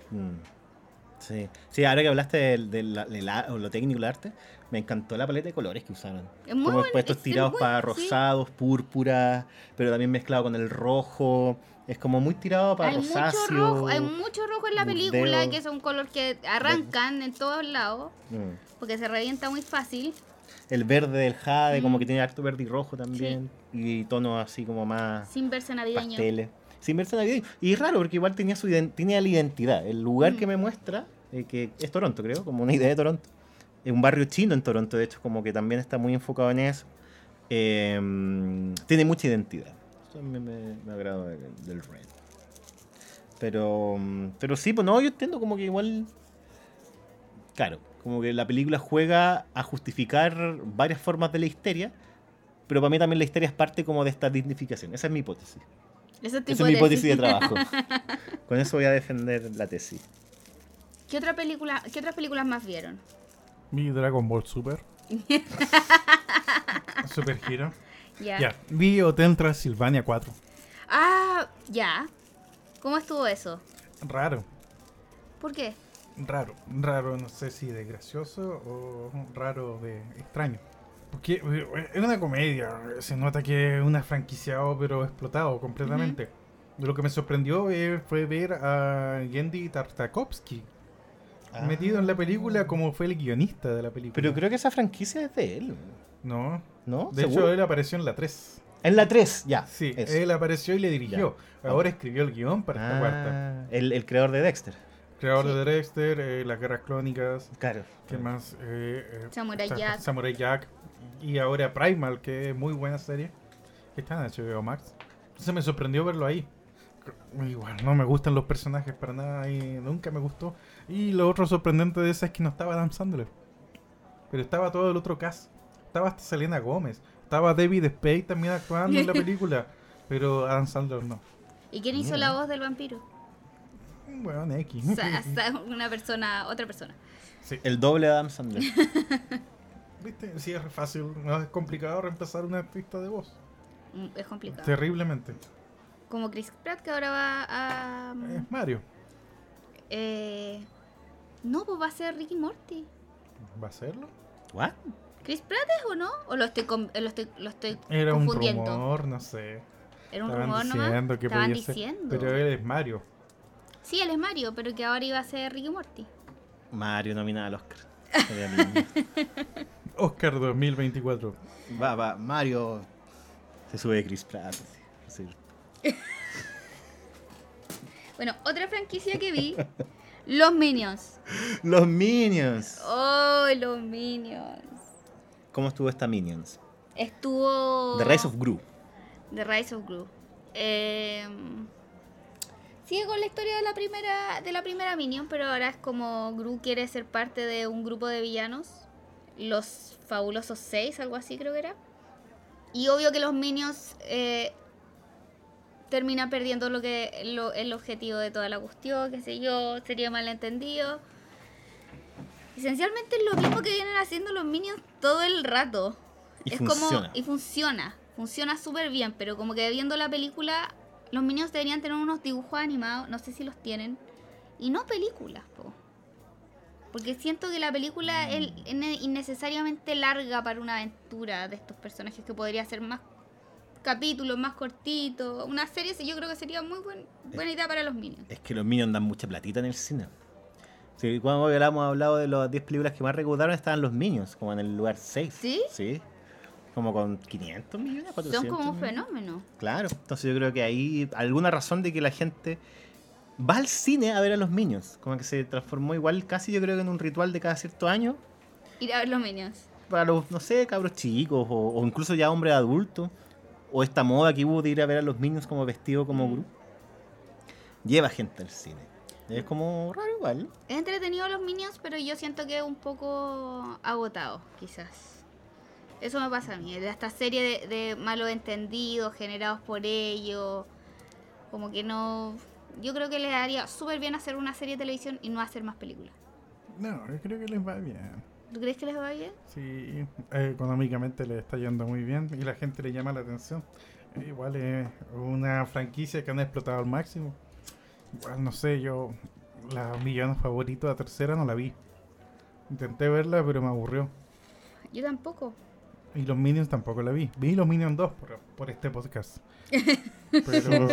Sí, ahora que hablaste de lo técnico del arte, me encantó la paleta de colores que usaron. Es muy Como buen- puestos es tirados muy- para sí. rosados, púrpuras, pero también mezclado con el rojo. Es como muy tirado para rosáceo. Hay mucho rojo en la burdeo. película, que es un color que arrancan en todos lados, Mm. porque se revienta muy fácil. El verde del jade, como que tiene harto verde y rojo también. Y tonos así como más Sin verse navideño. pasteles. Sin verse navideño. Y es raro porque igual tenía tenía la identidad. El lugar que me muestra, que es Toronto, creo, como una idea de Toronto. Es un barrio chino en Toronto, de hecho, como que también está muy enfocado en eso. Tiene mucha identidad. Eso me agrada del Red. Pero sí, pues no, yo entiendo como que igual... Claro, como que la película juega a justificar varias formas de la histeria, pero para mí también la histeria es parte como de esta dignificación. Esa es mi hipótesis. Esa Esa es mi hipótesis de trabajo. Con eso voy a defender la tesis. ¿Qué otras películas más vieron? Vi Dragon Ball Super. Super Hero. Ya. Ya. Vi Hotel Transilvania 4. Ah, ya. ¿Cómo estuvo eso? Raro. ¿Por qué? Raro, no sé si de gracioso o raro de extraño. Porque es una comedia, se nota que es una franquiciado pero explotado completamente. Lo que me sorprendió fue ver a Genndy Tartakovsky metido en la película como fue el guionista de la película. Pero creo que esa franquicia es de él, No, ¿no? de ¿Seguro? hecho él apareció en la 3. En la 3, ya. Sí, eso. él apareció y le dirigió. Ahora escribió el guión para esta cuarta. El creador de Dexter. Creador Sí. de Dexter, Las Guerras Clónicas, Claro. ¿qué más? Samurai Jack. Samurai Jack. Y ahora Primal, que es muy buena serie. Está en HBO Max. Entonces me sorprendió verlo ahí. Igual, no me gustan los personajes para nada y nunca me gustó. Y lo otro sorprendente de esa es que no estaba Adam Sandler. Pero estaba todo el otro cast. Estaba hasta Selena Gómez. Estaba David Spade también actuando en la película. Pero Adam Sandler no. ¿Y quién hizo la voz del vampiro? Bueno, X. Una persona, otra persona. Sí. El doble de Adam Sandler. ¿Viste? Sí, es fácil. No es complicado reemplazar una artista de voz. Es complicado. Terriblemente. Como Chris Pratt, que ahora va a... Es Mario. No, pues va a ser Ricky Morty. ¿Va a hacerlo? ¿What? ¿Chris Pratt es o no? ¿O lo estoy Era un confundiendo? rumor, no sé. Era un Estaban rumor diciendo nomás. que Estaban podía ser, diciendo. pero él es Mario. Sí, él es Mario, pero que ahora iba a ser Ricky Morty. Mario nominado al Oscar. Sería lindo. Oscar 2024. Va, Mario se sube Chris Pratt. Sí. Bueno, otra franquicia que vi, Los Minions. Los Minions. ¡Oh, los Minions! ¿Cómo estuvo esta Minions? Estuvo... The Rise of Gru. The Rise of Gru. Sigue con la historia de la primera Minion, pero ahora es como Gru quiere ser parte de un grupo de villanos. Los Fabulosos 6, algo así creo que era. Y obvio que los Minions terminan perdiendo el objetivo de toda la cuestión, qué sé yo, sería malentendido. Esencialmente es lo mismo que vienen haciendo los Minions todo el rato. Y es funciona. como... Y funciona. Funciona súper bien, pero como que viendo la película, los Minions deberían tener unos dibujos animados, no sé si los tienen, y no películas, po. Porque siento que la película es innecesariamente larga para una aventura de estos personajes, que podría ser más capítulos, más cortitos. Una serie yo creo que sería muy buena idea para los Minions. Es que los Minions dan mucha platita en el cine. Sí, cuando habíamos hablado de las 10 películas que más recaudaron, estaban los Minions, como en el lugar 6. ¿Sí? Sí. Como con 500 millones, 400 Son como un millones. fenómeno. Claro, entonces yo creo que hay alguna razón de que la gente va al cine a ver a los Minions. Como que se transformó igual casi yo creo que en un ritual de cada cierto año. Ir a ver los Minions. Para los, no sé, cabros chicos o incluso ya hombres adultos. O esta moda que hubo de ir a ver a los Minions como vestido como Gru. Lleva gente al cine. Es como raro igual. Es entretenido los Minions, pero yo siento que es un poco agotado, quizás. Eso me pasa a mí. De esta serie de malos entendidos generados por ellos. Como que no... Yo creo que les haría súper bien hacer una serie de televisión y no hacer más películas. No, yo creo que les va bien. ¿Tú crees que les va bien? Sí, económicamente le está yendo muy bien y la gente le llama la atención. Igual es una franquicia que han explotado al máximo. Igual, no sé, yo la Villanos Favorito, la tercera, no la vi. Intenté verla, pero me aburrió. Yo tampoco. Y los Minions tampoco la vi. Vi los Minions 2 por este podcast. Pero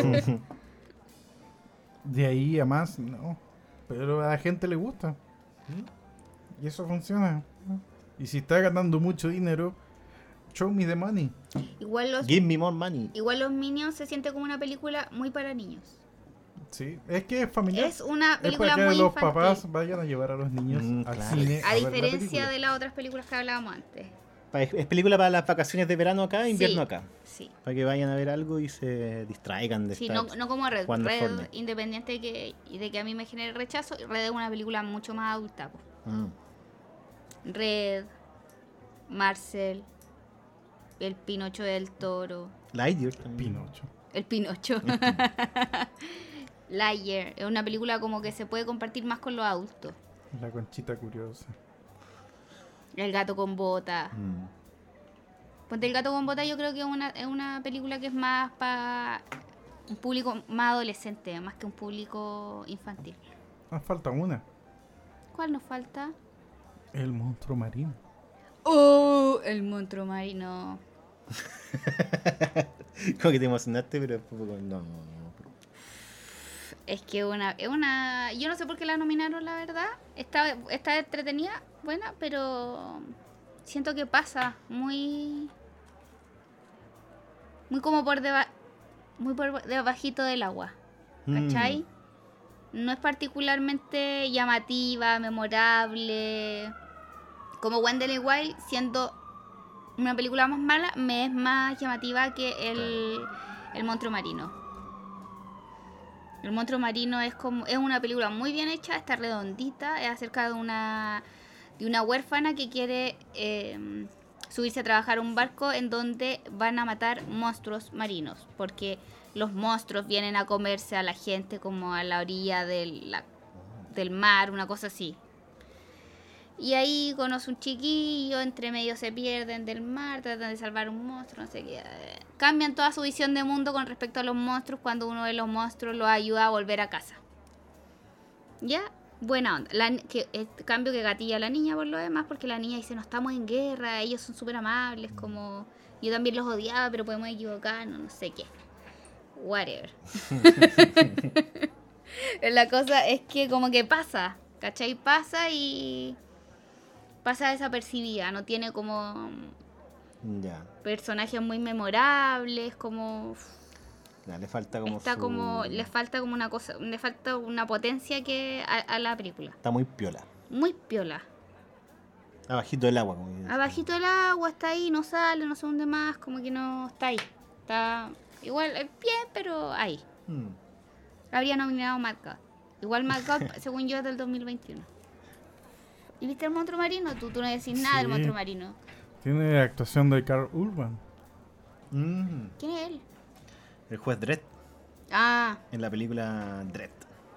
de ahí a más, no. Pero a la gente le gusta. Y eso funciona. Y si está ganando mucho dinero, show me the money. Igual Give me more money. los Minions se siente como una película muy para niños. Sí, es que es familiar. Es una Es película para que muy los infantil. papás vayan a llevar a los niños al claro. cine. A ver la diferencia película. de las otras películas que hablábamos antes. Es película para las vacaciones de verano acá, invierno Sí, acá. Sí. Para que vayan a ver algo y se distraigan de Sí, estar no como Red. jugando Red, Fortnite. independiente de que a mí me genere rechazo, Red es una película mucho más adulta. Po. Red, Marcel, el Pinocho del Toro, Lightyear también. Pinocho. el Pinocho. Lightyear, es una película como que se puede compartir más con los adultos. La Conchita Curiosa. El Gato con Bota. Mm. Ponte, El Gato con Bota, yo creo que es una película que es más para un público más adolescente, más que un público infantil. Ah, falta una. ¿Cuál nos falta? El monstruo marino. ¡Oh! El monstruo marino. Como que te emocionaste, pero después fue como, no. Es que es una... Yo no sé por qué la nominaron, la verdad. Está entretenida, buena, pero siento que pasa muy como muy por debajito del agua. ¿Cachai? No es particularmente llamativa, memorable. Como Wendell y Wild, siendo una película más mala me es más llamativa que el monstruo marino. El monstruo marino es una película muy bien hecha, está redondita, es acerca de una huérfana que quiere subirse a trabajar a un barco en donde van a matar monstruos marinos, porque los monstruos vienen a comerse a la gente como a la orilla del mar, una cosa así. Y ahí conoce un chiquillo, entre medio se pierden del mar, tratan de salvar un monstruo, no sé qué. Cambian toda su visión de mundo con respecto a los monstruos cuando uno de los monstruos los ayuda a volver a casa. ¿Ya? Buena onda. Cambio que gatilla a la niña por lo demás, porque la niña dice, no estamos en guerra, ellos son súper amables, como yo también los odiaba, pero podemos equivocarnos, no sé qué. Whatever. La cosa es que como que pasa, ¿cachai? Pasa y pasa desapercibida, no tiene como Ya. personajes muy memorables, como Ya, le falta como está como le falta como una cosa, le falta una potencia que a la película. Está muy piola. Muy piola. Abajito del agua, como dices. Abajito del agua, está ahí, no sale, no se hunde más, como que no está ahí. Está igual bien, pero ahí. Habría nominado Mad God. Igual Mad God, según yo, es del 2021. ¿Y viste el monstruo marino? Tú no decís nada del Sí. monstruo marino. Tiene actuación de Karl Urban. ¿Quién es él? El juez Dredd Ah. en la película Dredd.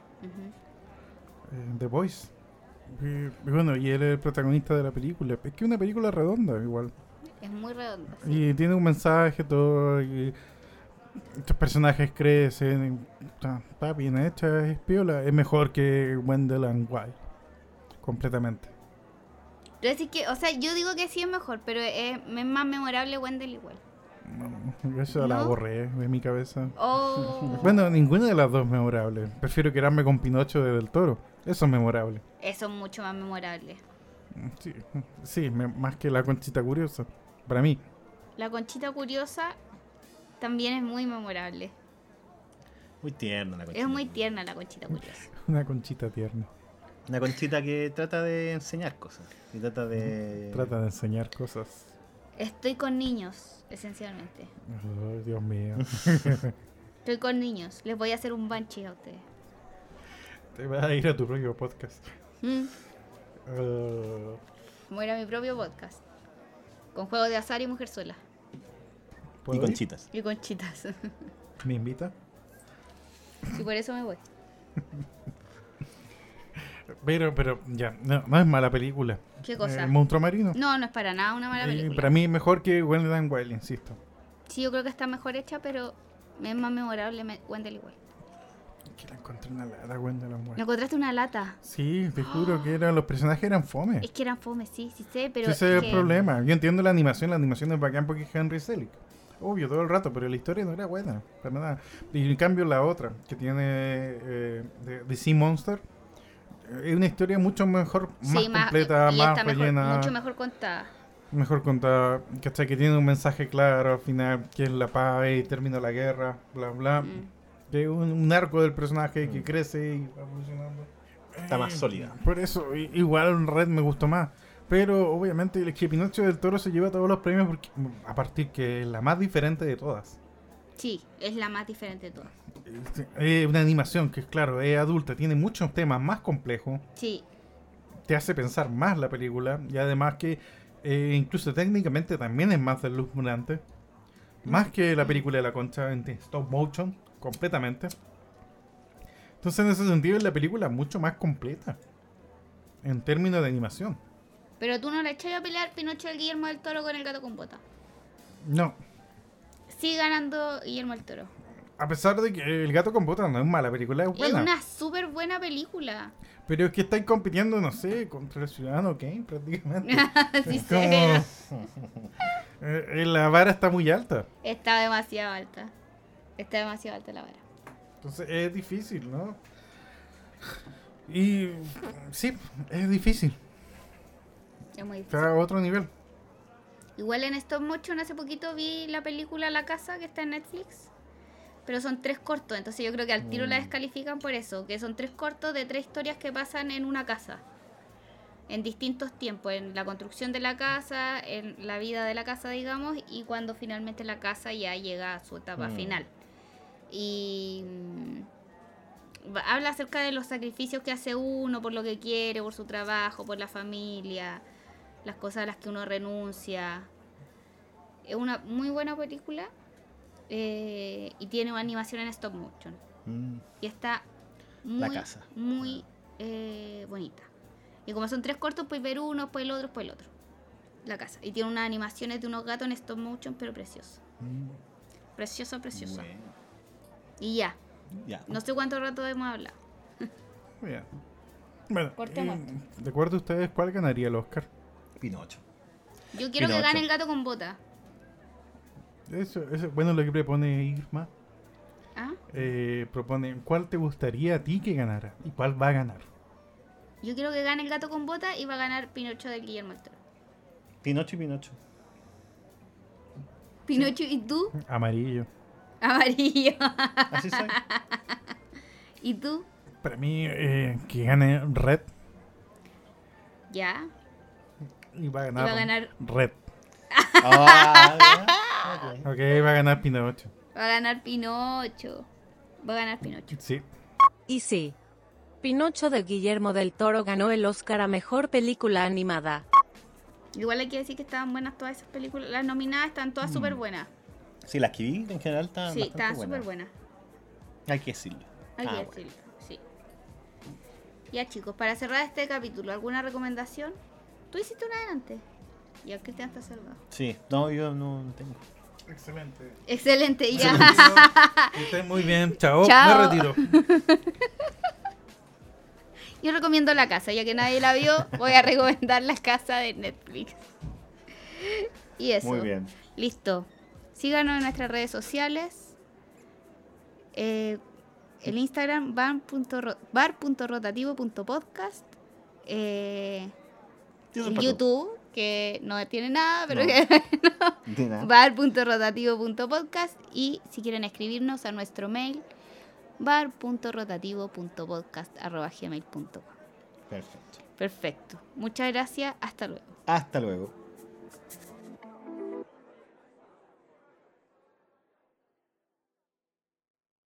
Ujú. The Voice. Y bueno, y él es el protagonista de la película. Es que es una película redonda, igual. Es muy redondo. Sí. Y tiene un mensaje, todo. Y estos personajes crecen. Está bien hecha, es piola. Es mejor que Wendell and Wild. Completamente. Yo decir que, o sea, yo digo que sí es mejor, pero es más memorable Wendell igual. No, eso la ¿No? borré de mi cabeza. Oh. Bueno, ninguna de las dos es memorable. Prefiero quedarme con Pinocho de Del Toro. Eso es memorable. Eso es mucho más memorable. Sí, más que la Conchita Curiosa. Para mí. La Conchita Curiosa también es muy memorable. Muy tierna la conchita. Es muy tierna la Conchita Curiosa. Una conchita tierna. Una conchita que trata de enseñar cosas. Y trata de... Trata de enseñar cosas. Estoy con niños, esencialmente. Oh, Dios mío. Estoy con niños. Les voy a hacer un banshee a ustedes. Te vas a ir a tu propio podcast. Como era mi propio podcast. Con juegos de azar y mujerzuela. Y ¿Puedo ir? conchitas. Y conchitas. ¿Me invita? Y por eso me voy. Pero ya, no es mala película. ¿Qué cosa? El monstruo marino. No es para nada una mala película. Para mí es mejor que Wendell and Wild, insisto. Sí, yo creo que está mejor hecha, pero es más memorable Wendell igual. Que la encontré una lata, Wendell and ¿Me Wild. encontraste una lata? Sí, te juro que los personajes eran fome. Es que eran fome, sí sé, pero... Sí, ese es que- el problema. Yo entiendo la animación es bacán porque es Henry Selick. Obvio, todo el rato, pero la historia no era buena, para nada. Y en cambio la otra, que tiene de Sea Monster, es una historia mucho mejor, más Sí, completa, y más está rellena, mucho mejor contada. mejor contada, ¿cachai? Que tiene un mensaje claro al final, que es la paz y termina la guerra, bla, bla. Que es un arco del personaje que crece y va evolucionando. Está más sólida. Por eso, igual Red me gustó más. Pero obviamente el que Pinocho del Toro se lleva todos los premios porque, a partir que es la más diferente de todas. Sí, es la más diferente de todas. Es una animación que, claro, es adulta, tiene muchos temas más complejos, Sí, te hace pensar más la película y además que incluso técnicamente también es más deslumbrante. Más que la película de la Concha en stop motion, completamente. Entonces en ese sentido es la película mucho más completa en términos de animación. pero tú no le echas a pelear Pinocho del Guillermo del Toro con el gato con bota. No, Sigue ganando Guillermo del Toro. a pesar de que El Gato con Botas no es mala película, es Es buena. una súper buena película. Pero es que estáis compitiendo, no sé, contra el Ciudadano Kane prácticamente. Sí, Es sí, la vara está muy alta. está demasiado alta. Está demasiado alta la vara. Entonces es difícil, ¿no? Y sí, es difícil. Es muy difícil. Está a otro nivel. Igual en stop motion hace poquito vi la película La Casa que está en Netflix. Pero son 3 cortos, entonces yo creo que al tiro la descalifican por eso. Que son 3 cortos de 3 historias que pasan en una casa. en distintos tiempos, en la construcción de la casa, en la vida de la casa, digamos, y cuando finalmente la casa ya llega a su etapa final. Y habla acerca de los sacrificios que hace uno por lo que quiere, por su trabajo, por la familia, las cosas a las que uno renuncia. Es una muy buena película y tiene una animación en stop motion. Y está La casa. muy bonita. Y como son 3 cortos, pues ver uno, después el otro, después el otro. La casa. Y tiene unas animaciones de unos gatos en stop motion, pero precioso. Precioso, precioso. Bueno, Y ya. ya. No sé cuánto rato hemos hablado. Bien. Bueno, Cortemos. ¿de acuerdo a ustedes cuál ganaría el Oscar? Pinocho. Yo quiero que Pinocho. gane el gato con bota. Eso, bueno, lo que propone Irma. ¿Ah? Propone, ¿cuál te gustaría a ti que ganara? ¿Y cuál va a ganar? Yo quiero que gane el gato con bota y va a ganar Pinocho de Guillermo del Toro. Pinocho y Pinocho. Pinocho, ¿y tú? Amarillo. Amarillo. Así soy. ¿Y tú? Para mí, que gane Red. Ya. Y va a Y ganar, va a ganar. Red. Ah, ya. Ok, va a ganar Pinocho. Va a ganar Pinocho. Va a ganar Pinocho. Sí. Y sí. Pinocho de Guillermo del Toro ganó el Oscar a Mejor Película Animada. Igual hay que decir que estaban buenas todas esas películas. Las nominadas están todas súper buenas. Sí, las que vi en general estaban Sí, bastante estaban súper buenas. buenas. Hay que decirlo. Hay que Bueno. decirlo, sí. Ya chicos, para cerrar este capítulo, ¿alguna recomendación? Tú hiciste una adelante. Ya Cristian está salvado. Sí, no, yo no tengo. Excelente. Excelente, ya. Estén muy bien. Chao. Chao. Me retiro. Yo recomiendo La Casa, ya que nadie la vio, voy a recomendar La Casa de Netflix. Y eso. Muy bien. Listo. Síganos en nuestras redes sociales. El Instagram bar.rotativo.podcast. El YouTube, que no tiene nada, pero No. que De nada. bar.rotativo.podcast. Y si quieren escribirnos a nuestro mail, bar.rotativo.podcast@gmail.com. Perfecto. Perfecto. Muchas gracias. Hasta luego. Hasta luego.